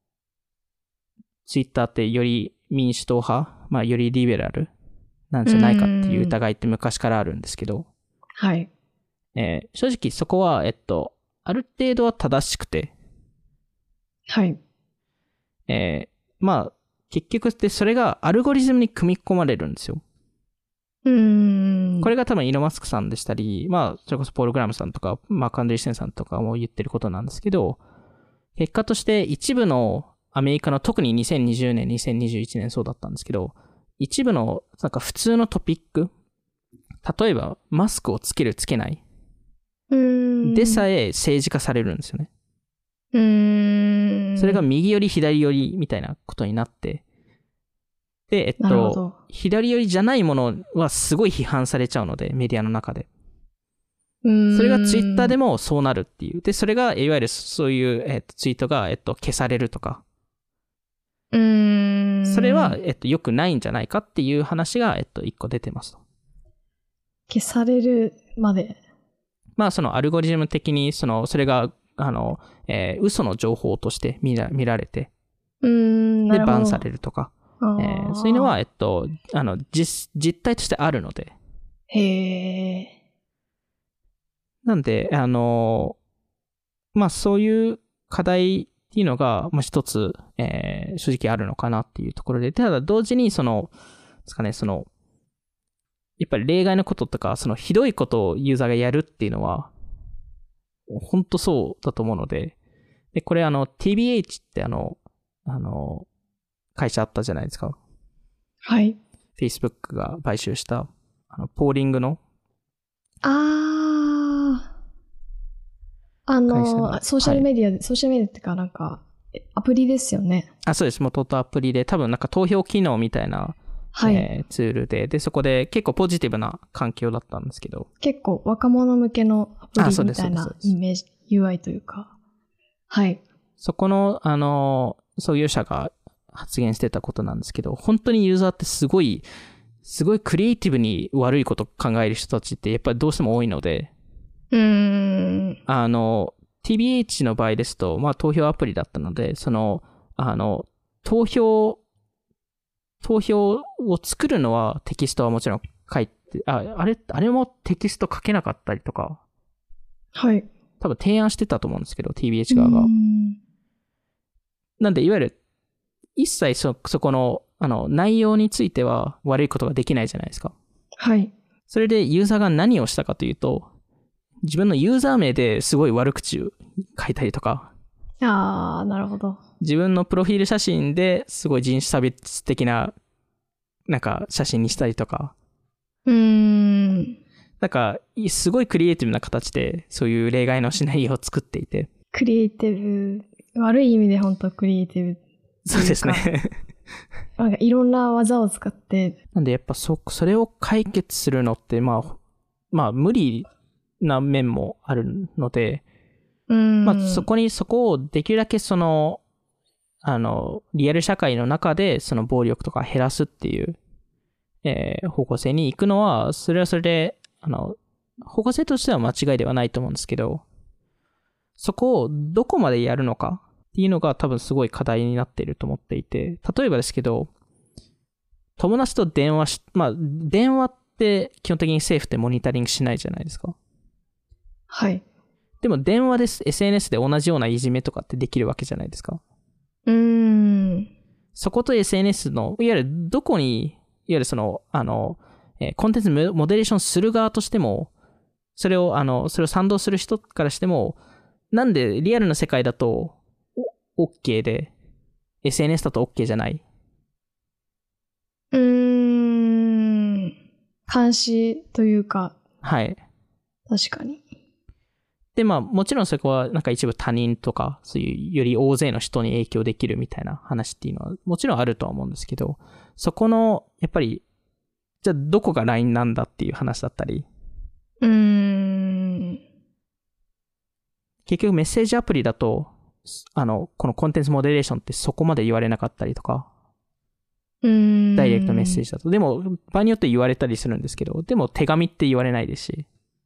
ッターってより民主党派、まあ、よりリベラルなんじゃないかっていう疑いって昔からあるんですけど、 はい。 正直そこは、ある程度は正しくて、 はい。 まあ、結局ってそれがアルゴリズムに組み込まれるんですよ。これが多分イーロン・マスクさんでしたり、まあ、それこそポール・グラムさんとか、マーク・アンドリーセンさんとかも言ってることなんですけど、結果として一部のアメリカの特に2020年、2021年そうだったんですけど、一部のなんか普通のトピック、例えばマスクをつけるつけないでさえ政治化されるんですよね。それが右寄り左寄りみたいなことになって、で、左寄りじゃないものはすごい批判されちゃうので、メディアの中で。それがツイッターでもそうなるっていう。で、それがいわゆるそういう、ツイートが、消されるとか。それは、良くないんじゃないかっていう話が、一個出てますと。 消されるまで。 まあ、そのアルゴリズム的に、それが、嘘の情報として見られて、で、バンされるとか。そういうのは、実態としてあるので。 へー。 なんで、まあそういう課題っていうのが、まあ一つ、正直あるのかなっていうところで、ただ同時にですかね、 やっぱり例外のこととか、そのひどいことをユーザーがやるっていうのは、本当そうだと思うので、で、これTBH って会社あったじゃないですか。 はい。 Facebook が買収した、ポーリングの。 ソーシャルメディアで、はい、ソーシャルメディアってかなんか、アプリですよね。 そうです。元々アプリで、多分なんか投票機能みたいな、はい、ツールで、そこで結構ポジティブな環境だったんですけど。 結構若者向けのアプリみたいなイメージ、UI というか。はい。 そこの、創業者が発言してたことなんですけど、本当にユーザーってすごいクリエイティブに悪いこと考える人たちってやっぱりどうしても多いので、TBH の場合ですと、まあ投票アプリだったので、投票を作るのはテキストはもちろん書いて、あれもテキスト書けなかったりとか、 はい。 多分提案してたと思うんですけど、TBH 側が。なんで、いわゆる、一切そこの、内容については悪いことができないじゃないですか。 はい。 それでユーザーが何をしたかというと、自分のユーザー名ですごい悪口を書いたりとか。 なるほど。 自分のプロフィール写真ですごい人種差別的な、なんか写真にしたりとか。なんか、すごいクリエイティブな形で、そういう例外のシナリオを作っていて。 クリエイティブ、悪い意味で本当クリエイティブ。 そうですね。 なんかいろんな技を使って。 なんでやっぱそれを解決するのって、まあ無理な面もあるので、まあそこをできるだけリアル社会の中でその暴力とか減らすっていう、方向性に行くのは、それはそれで、方向性としては間違いではないと思うんですけど、そこをどこまでやるのかっていうのが多分すごい課題になっていると思っていて、例えばですけど、友達と電話って基本的に政府ってモニタリングしないじゃないですか。 はい。 でも電話です、SNS で同じようないじめとかってできるわけじゃないですか。そこと SNS の、いわゆるどこに、いわゆるコンテンツモデレーションする側としても、それを賛同する人からしても、なんでリアルな世界だと OK で、SNS だと OK じゃない。 監視というか。 はい。 確かに。 で、まあ、もちろんそこはなんか一部他人とか、そういうより大勢の人に影響できるみたいな話っていうのはもちろんあるとは思うんですけど、そこの、やっぱり、じゃあどこがラインなんだっていう話だったり。結局メッセージアプリだと、このコンテンツモデレーションってそこまで言われなかったりとか。ダイレクトメッセージだと。でも、場合によって言われたりするんですけど、でも手紙って言われないですし。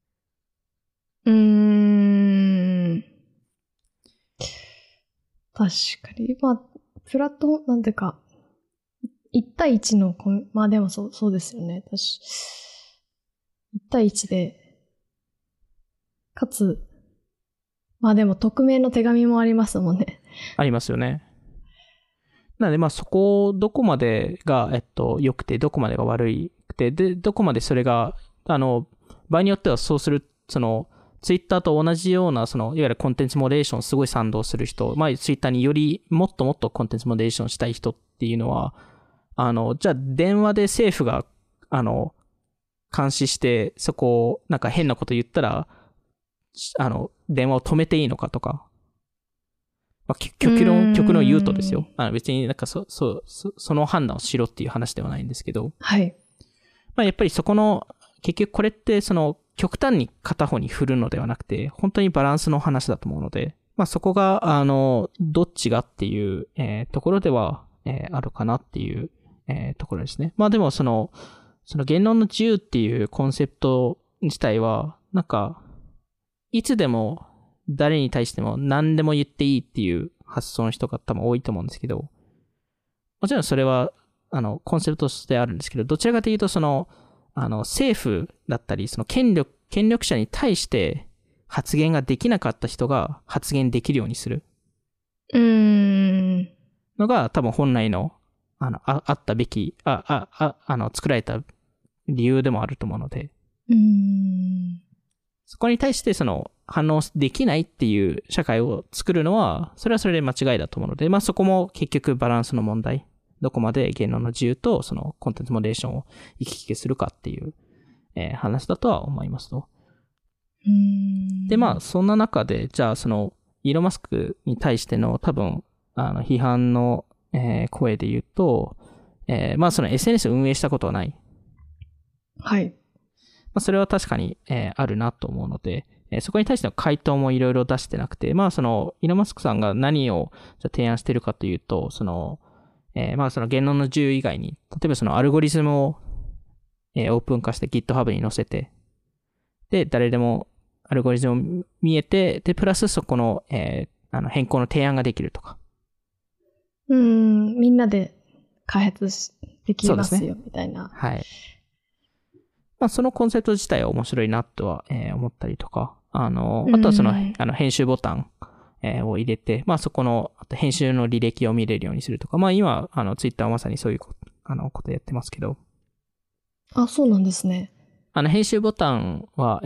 確かに。まあ、プラットフォーム、なんていうか、1対1の、まあでもそうですよね。1対1で、かつ、まあでも匿名の手紙もありますもんね。 ありますよね。なのでまあそこどこまでが良くてどこまでが悪いくてでどこまでそれが場合によってはそうするツイッターと同じようないわゆるコンテンツモデレーションすごい賛同する人、まあツイッターによりもっともっとコンテンツモデレーションしたい人っていうのはじゃあ電話で政府が監視してそこをなんか変なこと言ったら電話を止めていいのかとか。まあ、極論言うとですよ。別になんかその判断をしろっていう話ではないんですけど。 はい。 まあやっぱりそこの、結局これって極端に片方に振るのではなくて、本当にバランスの話だと思うので、まあそこが、どっちがっていう、ところでは、あるかなっていう、ところですね。まあでもその言論の自由っていうコンセプト自体は、なんか、いつでも、誰に対しても何でも言っていいっていう発想の人が多分多いと思うんですけど、もちろんそれは、コンセプトとしてあるんですけど、どちらかというと政府だったり、権力者に対して発言ができなかった人が発言できるようにする。のが多分本来の、あったべき、作られた理由でもあると思うので、そこに対してその反応できないっていう社会を作るのは、それはそれで間違いだと思うので、まあそこも結局バランスの問題。どこまで言論の自由とそのコンテンツモデレーションを行き来するかっていう、話だとは思いますと。で、まあそんな中で、じゃあそのイーロン・マスクに対しての多分、批判の、声で言うと、まあその SNS 運営したことはない。 はい。 まあそれは確かに、あるなと思うので、そこに対しての回答もいろいろ出してなくて、まあそのイーロン・マスクさんが何をじゃ提案しているかというと、その、まあその言論の自由以外に、例えばそのアルゴリズムを、オープン化して GitHub に載せて、で、誰でもアルゴリズムを見えて、で、プラスそこの、変更の提案ができるとか。 みんなで開発できますよ、みたいな。 はい。まあそのコンセプト自体は面白いなとは、思ったりとか、あとはその、編集ボタン、を入れて、まあそこの編集の履歴を見れるようにするとか、まあ今、ツイッターはまさにそういうことやってますけど。 あ、そうなんですね。 編集ボタンは、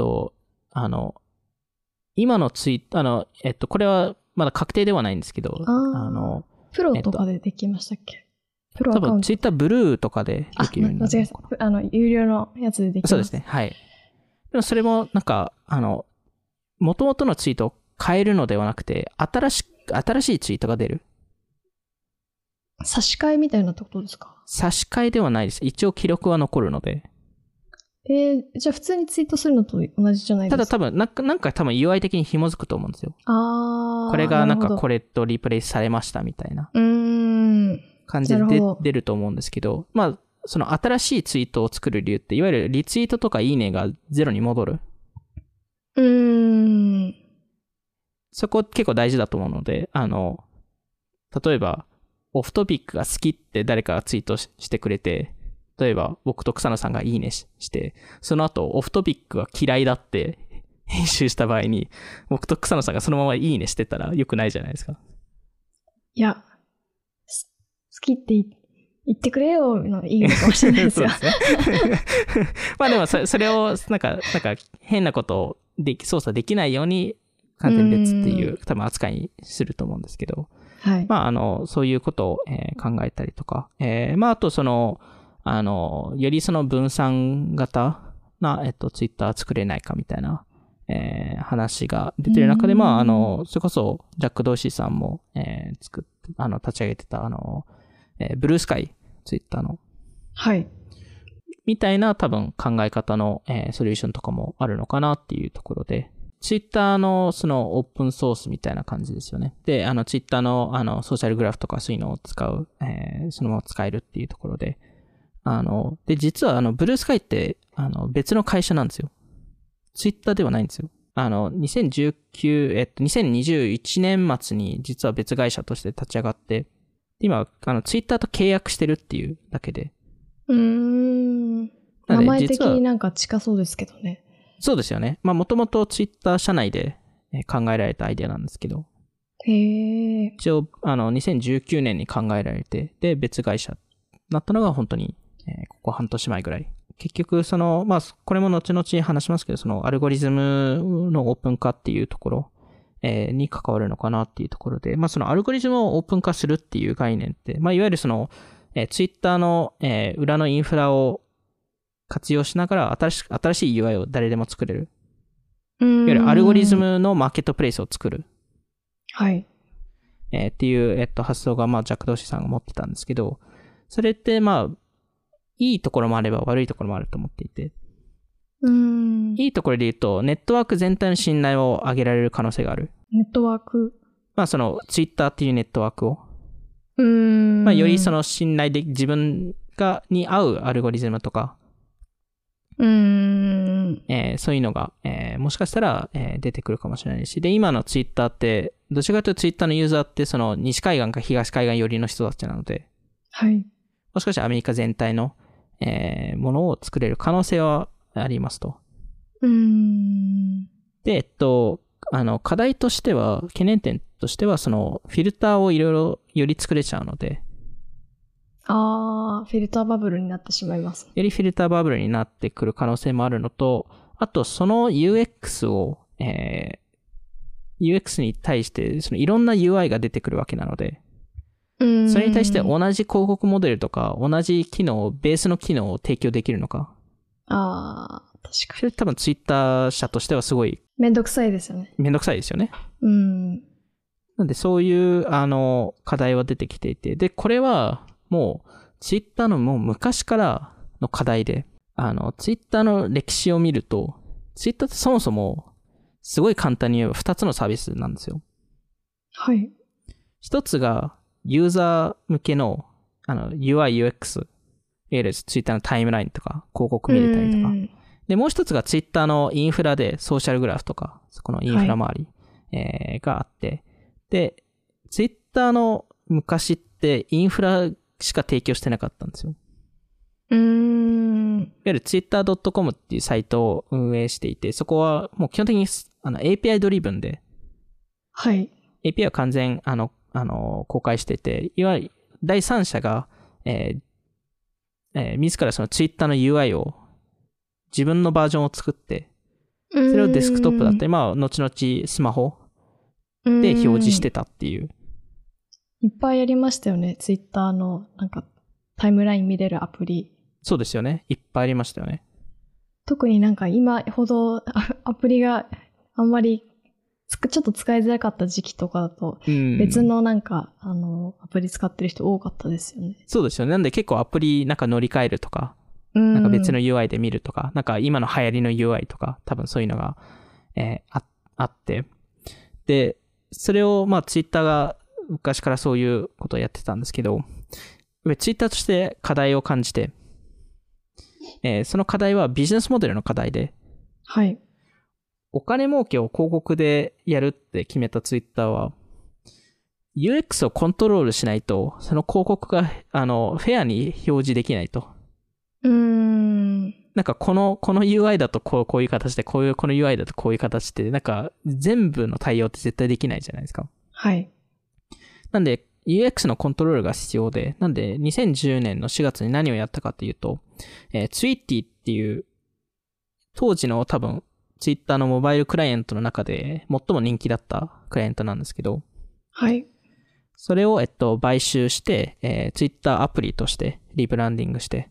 今のツイッター、これはまだ確定ではないんですけど、 プロとかでできましたっけ？プロアカウント。 多分ツイッターブルーとかでできるようになる。 間違えた。有料のやつでできます。 そうですね。はい。でもそれもなんか、元々のツイートを変えるのではなくて、新しいツイートが出る。 差し替えみたいなってことですか？ 差し替えではないです。一応記録は残るので。 じゃあ普通にツイートするのと同じじゃないですか？ ただ多分、なんか多分 UI 的に紐づくと思うんですよ。これがなんかこれとリプレイスされましたみたいな感じで出ると思うんですけど、まあ、その新しいツイートを作る理由って、いわゆるリツイートとかいいねがゼロに戻る。そこ結構大事だと思うので、例えば、オフトピックが好きって誰かがツイートしてくれて、例えば僕と草野さんがいいねして、その後オフトピックは嫌いだって編集した場合に、僕と草野さんがそのままいいねしてたら良くないじゃないですか。 いや、好きって言ってくれよのいいのかもしれないですよ。 そうですね。まあでもそれをなんか変なことを操作できないように完全別っていう多分扱いにすると思うんですけど、 はい。 まあそういうことを、考えたりとか、まああとそのよりその分散型なツイッター作れないかみたいな、話が出てる中で、まあそれこそジャック・ドーシーさんも、立ち上げてたブルースカイツイッターのはいみたいな多分考え方の、ソリューションとかもあるのかなっていうところで、ツイッターのそのオープンソースみたいな感じですよね。で、ツイッターのソーシャルグラフとかそういうのを使う、そのまま使えるっていうところで、で、実はブルースカイって、別の会社なんですよ。ツイッターではないんですよ。2021年末に実は別会社として立ち上がって、今、ツイッターと契約してるっていうだけで。 名前的になんか近そうですけどね。 そうですよね。まあ、もともとツイッター社内で考えられたアイデアなんですけど。一応、2019年に考えられて、で、別会社になったのが本当に、ここ半年前ぐらい。結局、まあ、これも後々話しますけど、そのアルゴリズムのオープン化っていうところ、に関わるのかなっていうところで、まあ、そのアルゴリズムをオープン化するっていう概念って、まあ、いわゆるツイッターの、裏のインフラを活用しながら新しい UI を誰でも作れる。いわゆるアルゴリズムのマーケットプレイスを作る。 はい。 っていう、発想が、まあ、ジャック・ドーシーさんが持ってたんですけど、それって、まあ、いいところもあれば悪いところもあると思っていて。いいところで言うと、ネットワーク全体の信頼を上げられる可能性がある。 ネットワーク？ まあ、ツイッターっていうネットワークを。まあ、より信頼で自分に合うアルゴリズムとか、そういうのが、もしかしたら、出てくるかもしれないし、で、今のツイッターって、どちらかというとツイッターのユーザーって、西海岸か東海岸寄りの人たちなので、 はい。 もしかしたらアメリカ全体の、ものを作れる可能性はありますと。で、課題としては、懸念点としては、フィルターをいろいろより作れちゃうので、 フィルターバブルになってしまいます。 よりフィルターバブルになってくる可能性もあるのと、あとその UX を、UX に対してそのいろんな UI が出てくるわけなので、それに対して同じ広告モデルとか同じ機能、ベースの機能を提供できるのか。 確かに。 それ多分ツイッター社としてはすごいめんどくさいですよね。 めんどくさいですよね。なんでそういう課題は出てきていて、でこれはもうツイッターのもう昔からの課題で、ツイッターの歴史を見ると、ツイッターってそもそもすごい簡単に言えば2つのサービスなんですよ。 はい。 一つがユーザー向けのUI、UX、いわゆるツイッターのタイムラインとか広告見れたりとか。で、もう一つがツイッターのインフラでソーシャルグラフとか、そこのインフラ周り、があって、で、ツイッターの昔ってインフラしか提供してなかったんですよ。いわゆる twitter.com っていうサイトを運営していて、そこはもう基本的にAPI ドリブンで、 はい。 API は完全公開してて、いわゆる第三者が、自らその Twitter の UI を自分のバージョンを作って、それをデスクトップだったり、後々スマホで表示してたっていう。 いっぱいありましたよね。Twitter のなんかタイムライン見れるアプリ。 そうですよね。いっぱいありましたよね。 特になんか今ほどアプリがあんまりちょっと使いづらかった時期とかだと、別のなんか、アプリ使ってる人多かったですよね。 そうですよね。なんで結構アプリなんか乗り換えるとか、なんか別の UI で見るとか、なんか今の流行りの UI とか、多分そういうのが、あって。で、それをツイッターが昔からそういうことをやってたんですけど、ツイッターとして課題を感じて、その課題はビジネスモデルの課題で、 はい。 お金儲けを広告でやるって決めたツイッターは、UX をコントロールしないと、その広告が、フェアに表示できないと。なんかこの UI だとこういう形で、この UI だとこういう形で、なんか全部の対応って絶対できないじゃないですか。 はい。 なんで UX のコントロールが必要で、なんで2010年の4月に何をやったかというと、ツイッティっていう、当時の多分、ツイッターのモバイルクライアントの中で最も人気だったクライアントなんですけど、 はい。 それを買収して、ツイッターアプリとしてリブランディングして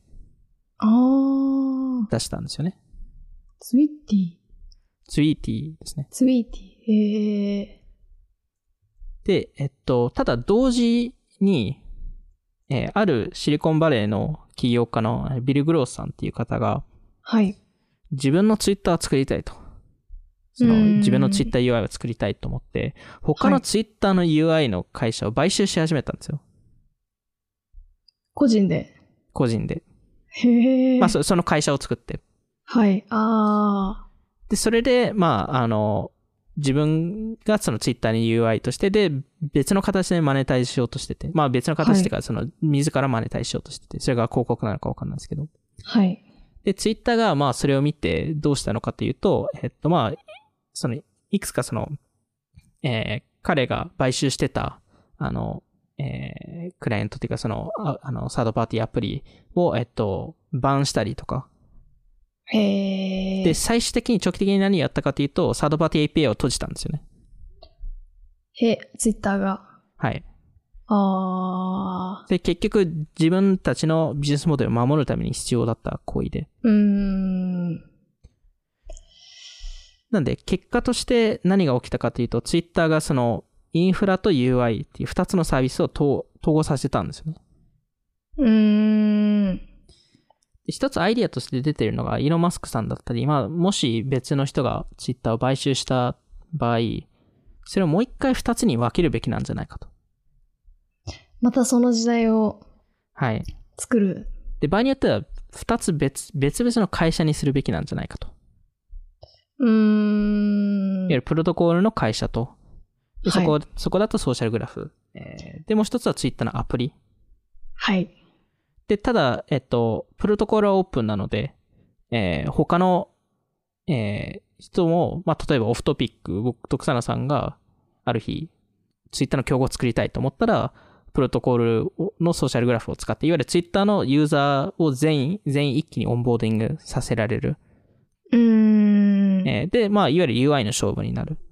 出したんですよね。 ツイッティ。 ツイーティですね。 ツイーティ。 で、ただ同時に、あるシリコンバレーの起業家のビル・グロースさんっていう方が、 はい。 自分のツイッターを作りたいと。自分のツイッター UI を作りたいと思って、他のツイッターの UI の会社を買収し始めたんですよ。 個人で。 へー。その会社を作って。 はい。 で、それで、自分がそのツイッターに UI として、で、別の形でマネタイズしようとしてて、別の形っていうか、自らマネタイズしようとしてて、それが広告なのかわかんないですけど。 はい。 で、ツイッターがそれを見てどうしたのかというと、いくつか彼が買収してた、クライアントっていうかサードパーティーアプリを、バンしたりとか。で、最終的に長期的に何やったかというと、サードパーティー API を閉じたんですよね。 ツイッターが。 はい。で、結局自分たちのビジネスモデルを守るために必要だった行為で。なんで、結果として何が起きたかというと、ツイッターがインフラと UI っていう2つのサービスを統合させたんですよね。一つアイディアとして出ているのが、イーロン・マスクさんだったり、もし別の人がツイッターを買収した場合、それをもう一回2つに分けるべきなんじゃないかと。 またその時代を作る。 はい。で、場合によっては2つ別々の会社にするべきなんじゃないかと。いわゆるプロトコルの会社と、でそこだとソーシャルグラフ。で、もう一つはツイッターのアプリ。 はい。 で、ただ、プロトコルはオープンなので、他の、人も、例えばオフトピック、僕と草野さんがある日、ツイッターの競合を作りたいと思ったら、 プロトコルのソーシャルグラフを使って、いわゆる Twitter のユーザーを全員一気にオンボーディングさせられる。で、まあ、いわゆる UI の勝負になる。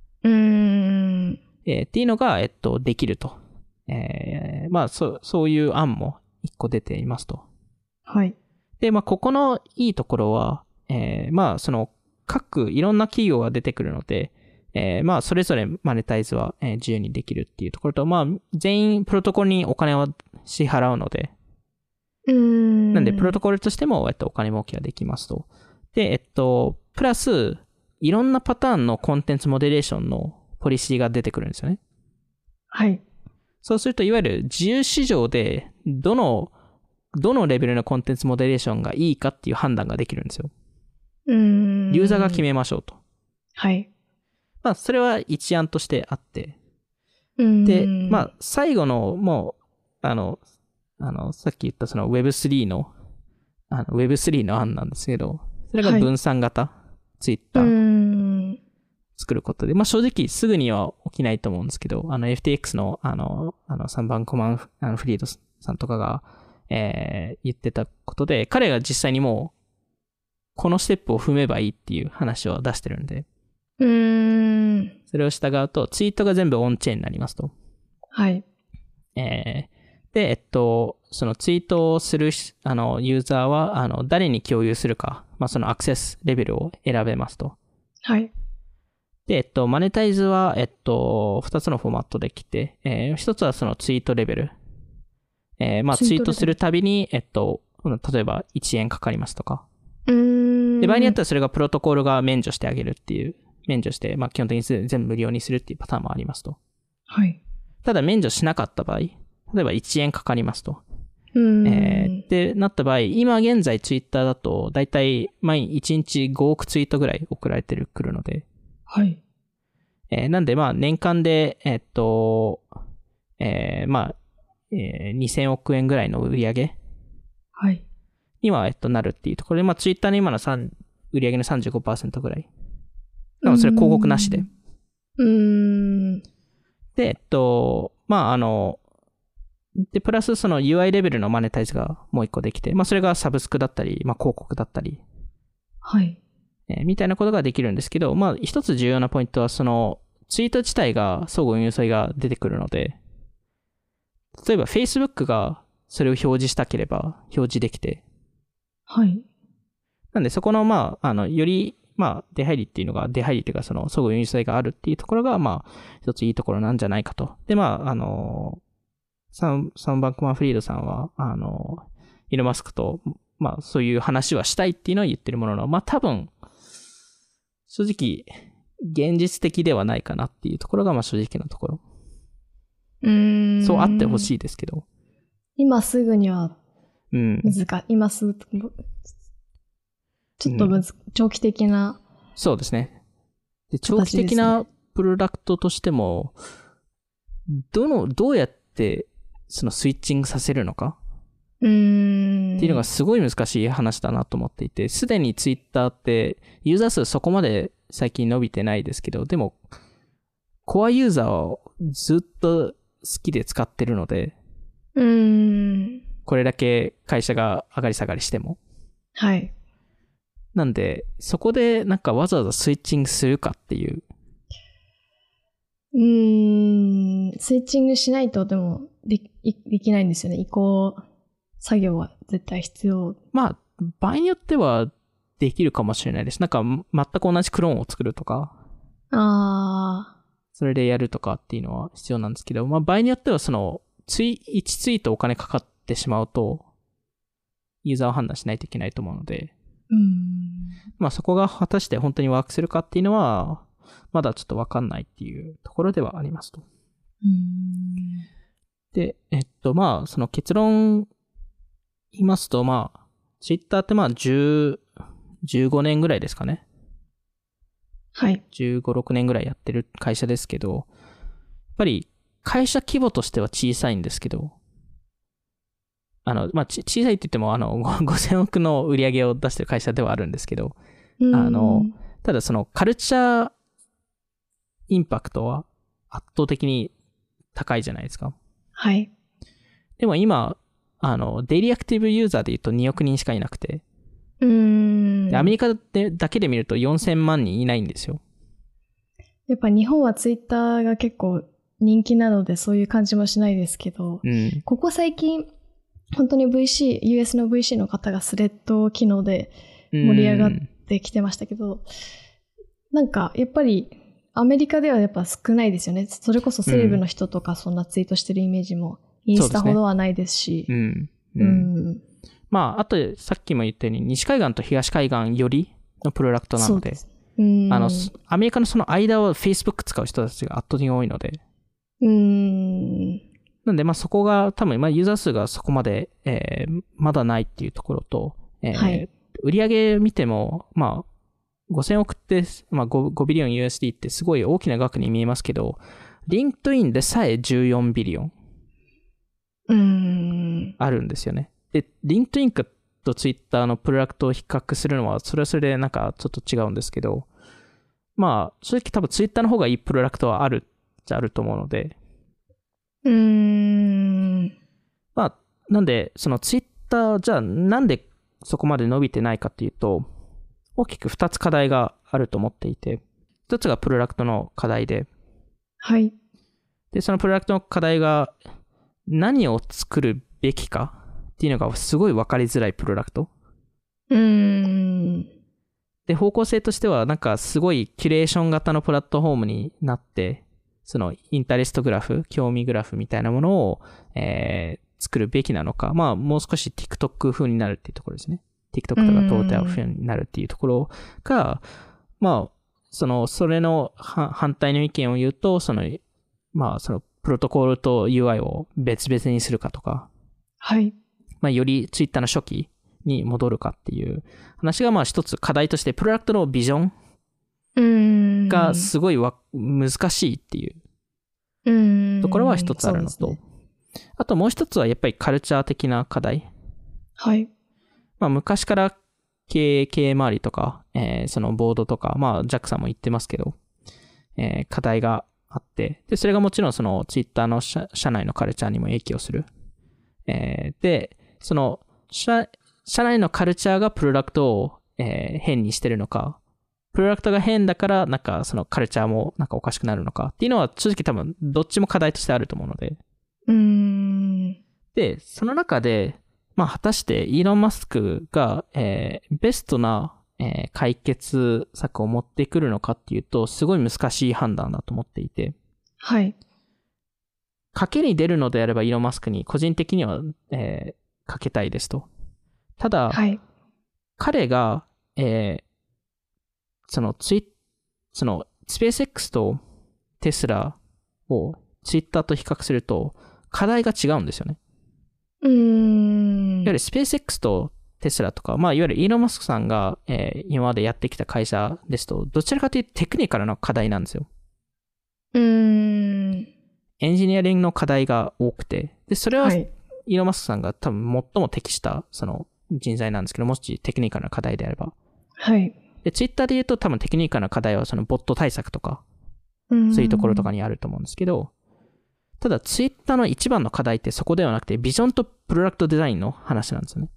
っていうのが、できると。まあ、そういう案も一個出ていますと。 はい。 で、まあ、ここのいいところは、まあ、その、いろんな企業が出てくるので、まあ、それぞれマネタイズは自由にできるっていうところと、まあ、全員プロトコルにお金を支払うので、なんで、プロトコルとしても、お金儲けができますと。で、プラス、いろんなパターンのコンテンツモデレーションのポリシーが出てくるんですよね。 はい。 そうすると、いわゆる自由市場で、どのレベルのコンテンツモデレーションがいいかっていう判断ができるんですよ。ユーザーが決めましょうと。 はい。 まあ、それは一案としてあって。で、まあ、最後の、もう、さっき言ったその Web3 の、Web3 の案なんですけど、それが分散型、Twitter 作ることで、まあ正直すぐには起きないと思うんですけど、FTX の、3番コマンフリードさんとかが、言ってたことで、彼が実際にもう、このステップを踏めばいいっていう話を出してるんで、それを従うと、ツイートが全部オンチェーンになりますと。 はい。 で、そのツイートをする、ユーザーは、誰に共有するか、まあ、そのアクセスレベルを選べますと。 はい。 で、マネタイズは、2つのフォーマットできて、1つはそのツイートレベル。まあ、ツイートするたびに、例えば1円かかりますとか。で、場合によってはそれがプロトコルが免除してあげるっていう、免除して、まあ、基本的に全部無料にするっていうパターンもありますと。 はい。 ただ、免除しなかった場合、例えば1円かかりますと。ってなった場合、今現在ツイッターだと、だいたい毎1日5億ツイートぐらい送られてくるので。 はい。 なんで、まあ、年間で、まあ、2000億円ぐらいの売り上げには、なるっていうところで、まあ、ツイッターの今の売り上げの 35% ぐらい。それ広告なしで。で、まあ、で、プラスその UI レベルのマネタイズがもう一個できて、まあ、それがサブスクだったり、まあ、広告だったり。 はい。 みたいなことができるんですけど、まあ、一つ重要なポイントは、その、ツイート自体が相互運用性が出てくるので、例えば Facebook がそれを表示したければ表示できて、 はい。 なんでそこの、まあ、より、まあ、出入りっていうのが、出入りっていうか、その相互運用性があるっていうところが、まあ、一ついいところなんじゃないかと。で、まあ、サムバンクマンフリードさんは、イーロンマスクと、まあ、そういう話はしたいっていうのは言ってるものの、まあ、多分、正直、現実的ではないかなっていうところが、まあ、正直なところ。そうあってほしいですけど。 今すぐには、今すぐ、ちょっと長期的な。 そうですね。で、長期的なプロダクトとしても、どうやって、そのスイッチングさせるのかっていうのがすごい難しい話だなと思っていて、すでにツイッターってユーザー数そこまで最近伸びてないですけど、でもコアユーザーをずっと好きで使ってるので、これだけ会社が上がり下がりしても。 はい。 なんで、そこでなんかわざわざスイッチングするかっていう。 スイッチングしないとでもできないんですよね。移行作業は絶対必要。 まあ、場合によってはできるかもしれないです。なんか全く同じクローンを作るとか。それでやるとかっていうのは必要なんですけど、まあ場合によってはその、1ツイートお金かかってしまうと、ユーザーを判断しないといけないと思うので、まあそこが果たして本当にワークするかっていうのは、まだちょっとわかんないっていうところではありますと。で、まあその結論言いますと、まあ、ツイッターってまあ15年ぐらいですかね。 はい。 15、6年ぐらいやってる会社ですけど、やっぱり会社規模としては小さいんですけど、まあ、小さいって言っても、5000億の売り上げを出してる会社ではあるんですけど、ただそのカルチャーインパクトは圧倒的に高いじゃないですか。 はい。 でも今、デイリーアクティブユーザーで言うと2億人しかいなくて、 でアメリカだけで見ると4000万人いないんですよ。 やっぱ日本はツイッターが結構人気なのでそういう感じもしないですけど、ここ最近本当に US の VC の方がスレッド機能で盛り上がってきてましたけど、なんかやっぱりアメリカではやっぱ少ないですよね。それこそセレブの人とかそんなツイートしてるイメージもインスタほどはないですし。 まあ、あとさっきも言ったように西海岸と東海岸よりのプロダクトなので、アメリカのその間は Facebook 使う人たちが圧倒的に多いので、なんでまあそこが多分ユーザー数がそこまで、まだないっていうところと、売上見てもまあ5000億って、まあ、5ビリオン USD ってすごい大きな額に見えますけど、リンクトインでさえ14ビリオンあるんですよね。で、リンクトインとツイッターのプロダクトを比較するのはそれはそれでなんかちょっと違うんですけど、まあ正直多分ツイッターの方がいいプロダクトはあるじゃあると思うので、まあなんでそのツイッターじゃあなんでそこまで伸びてないかっていうと、大きく2つ課題があると思っていて、1つがプロダクトの課題で、 はい。 で、そのプロダクトの課題が何を作るべきかっていうのがすごい分かりづらいプロダクト。で、方向性としてはなんかすごいキュレーション型のプラットフォームになって、そのインタレストグラフ、興味グラフみたいなものを、作るべきなのか、まあもう少し TikTok 風になるっていうところですね。TikTok とかトータル風になるっていうところが、まあ、それの反対の意見を言うと、まあ、そのプロトコルと UI を別々にするかとか、 はい。 まあ、より Twitter の初期に戻るかっていう話が、まあ一つ課題として、プロダクトのビジョンがすごい難しいっていうところは一つあるのと、あともう一つはやっぱりカルチャー的な課題。 はい。 まあ昔から経営周りとか、そのボードとか、まあジャックさんも言ってますけど、課題があって、で、それがもちろんそのツイッターの社内のカルチャーにも影響する。で、その社内のカルチャーがプロダクトを、変にしてるのか、プロダクトが変だからなんかそのカルチャーもなんかおかしくなるのかっていうのは正直多分どっちも課題としてあると思うので。で、その中で、まあ、果たしてイーロン・マスクが、ベストな、解決策を持ってくるのかっていうと、すごい難しい判断だと思っていて。 はい。 賭けに出るのであればイーロン・マスクに個人的には、かけたいですと。ただ、 はい、 彼が、そのスペース X とテスラをツイッターと比較すると、課題が違うんですよね。いわゆるスペース X とテスラとか、まあ、いわゆるイーロン・マスクさんが、今までやってきた会社ですと、どちらかというとテクニカルな課題なんですよ。エンジニアリングの課題が多くて、で、それは、イーロン・マスクさんが多分最も適したその人材なんですけど、もしテクニカルな課題であれば。 はい。 で、ツイッターで言うと多分テクニカルな課題はそのボット対策とか、そういうところとかにあると思うんですけど、ただツイッターの一番の課題ってそこではなくて、ビジョンとプロダクトデザインの話なんですよ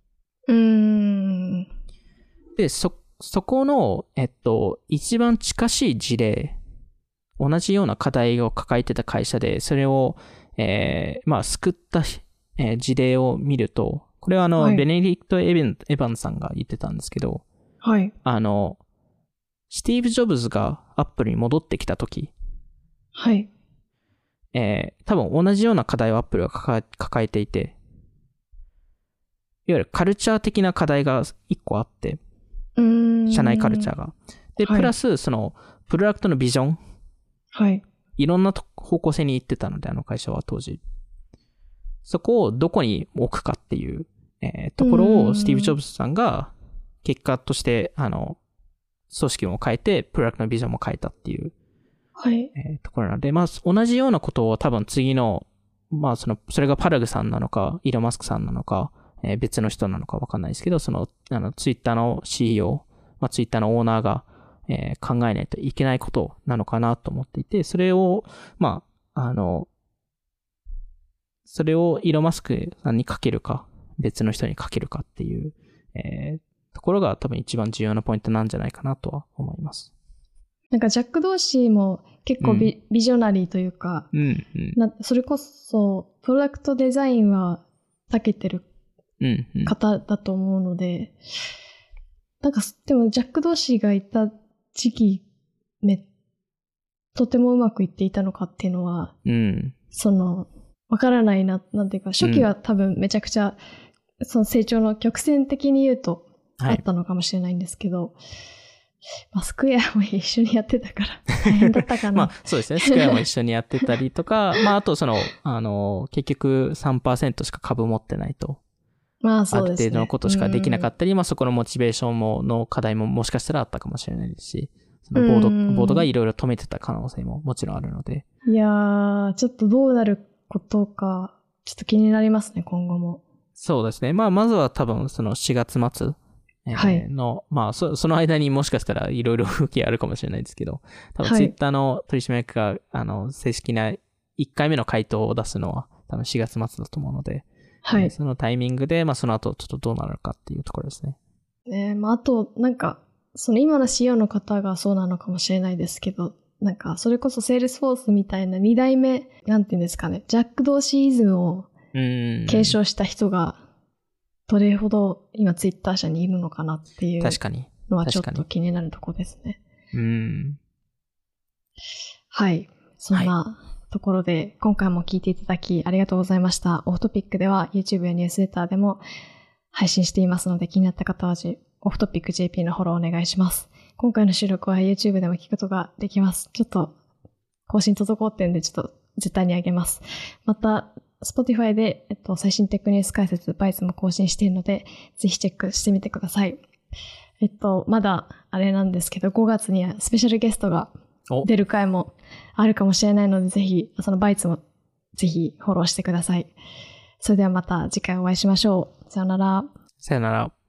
ね。で、そこの、一番近しい事例、同じような課題を抱えてた会社で、それを、まあ、救った、事例を見ると、これははい、ベネディクト・エヴァンさんが言ってたんですけど、 はい。 スティーブ・ジョブズがアップルに戻ってきたとき、 はい。 多分同じような課題をアップルが抱えていて、いわゆるカルチャー的な課題が一個あって、社内カルチャーが。で、プラス、その、プロダクトのビジョン。 はい。 いろんな方向性に行ってたので、会社は当時。そこをどこに置くかっていう、ところを、スティーブ・ジョブズさんが、結果として、組織も変えて、プロダクトのビジョンも変えたっていう、 はい。 ところなので、まあ、同じようなことを多分次の、まあ、それがパラグさんなのか、イーロン・マスクさんなのか、別の人なのかわかんないですけど、ツイッターの CEO、まあ、ツイッターのオーナーが、考えないといけないことなのかなと思っていて、それを、まあ、 それをイーロン・マスクさんにかけるか、別の人にかけるかっていう、ところが多分一番重要なポイントなんじゃないかなとは思います。 なんかジャック・ドーシーも結構ビジョナリーというか、それこそプロダクトデザインは長けてる方だと思うので、なんかでもジャック・ドーシーがいた時期とてもうまくいっていたのかっていうのは、わからないなんていうか、初期は多分めちゃくちゃその成長の曲線的に言うとあったのかもしれないんですけど、スクエアも一緒にやってたから大変だったかな。 そうですね。スクエアも一緒にやってたりとか、あと結局 3% しか株持ってないと。 そうですね。 ある程度のことしかできなかったり、そこのモチベーションの課題ももしかしたらあったかもしれないですし、ボードがいろいろ止めてた可能性ももちろんあるので。 いやー、ちょっとどうなることか、ちょっと気になりますね、今後も。 そうですね。まずは多分その4月末の、その間にもしかしたらいろいろ動きあるかもしれないですけど、多分ツイッターの取締役が、正式な1回目の回答を出すのは多分4月末だと思うので、そのタイミングで、その後ちょっとどうなるかっていうところですね。 あと、なんか、その今の CEO の方がそうなのかもしれないですけど、なんか、それこそセールスフォースみたいな2代目、なんていうんですかね、ジャック・ドーシーイズムを継承した人が、どれほど今ツイッター社にいるのかなっていうのはちょっと気になるところですね。はい。そんなところで、今回も聞いていただきありがとうございました。オフトピックでは YouTube やニュースレターでも配信していますので、気になった方はオフトピック JP のフォローお願いします。今回の収録は YouTube でも聞くことができます。ちょっと更新滞ってんで、ちょっと絶対にあげます。また、Spotify で、最新テックニュース解説、バイツも更新しているので、ぜひチェックしてみてください。まだ、あれなんですけど、5月にはスペシャルゲストが出る回もあるかもしれないので、ぜひ、そのバイツもぜひフォローしてください。それではまた次回お会いしましょう。さよなら。 さよなら。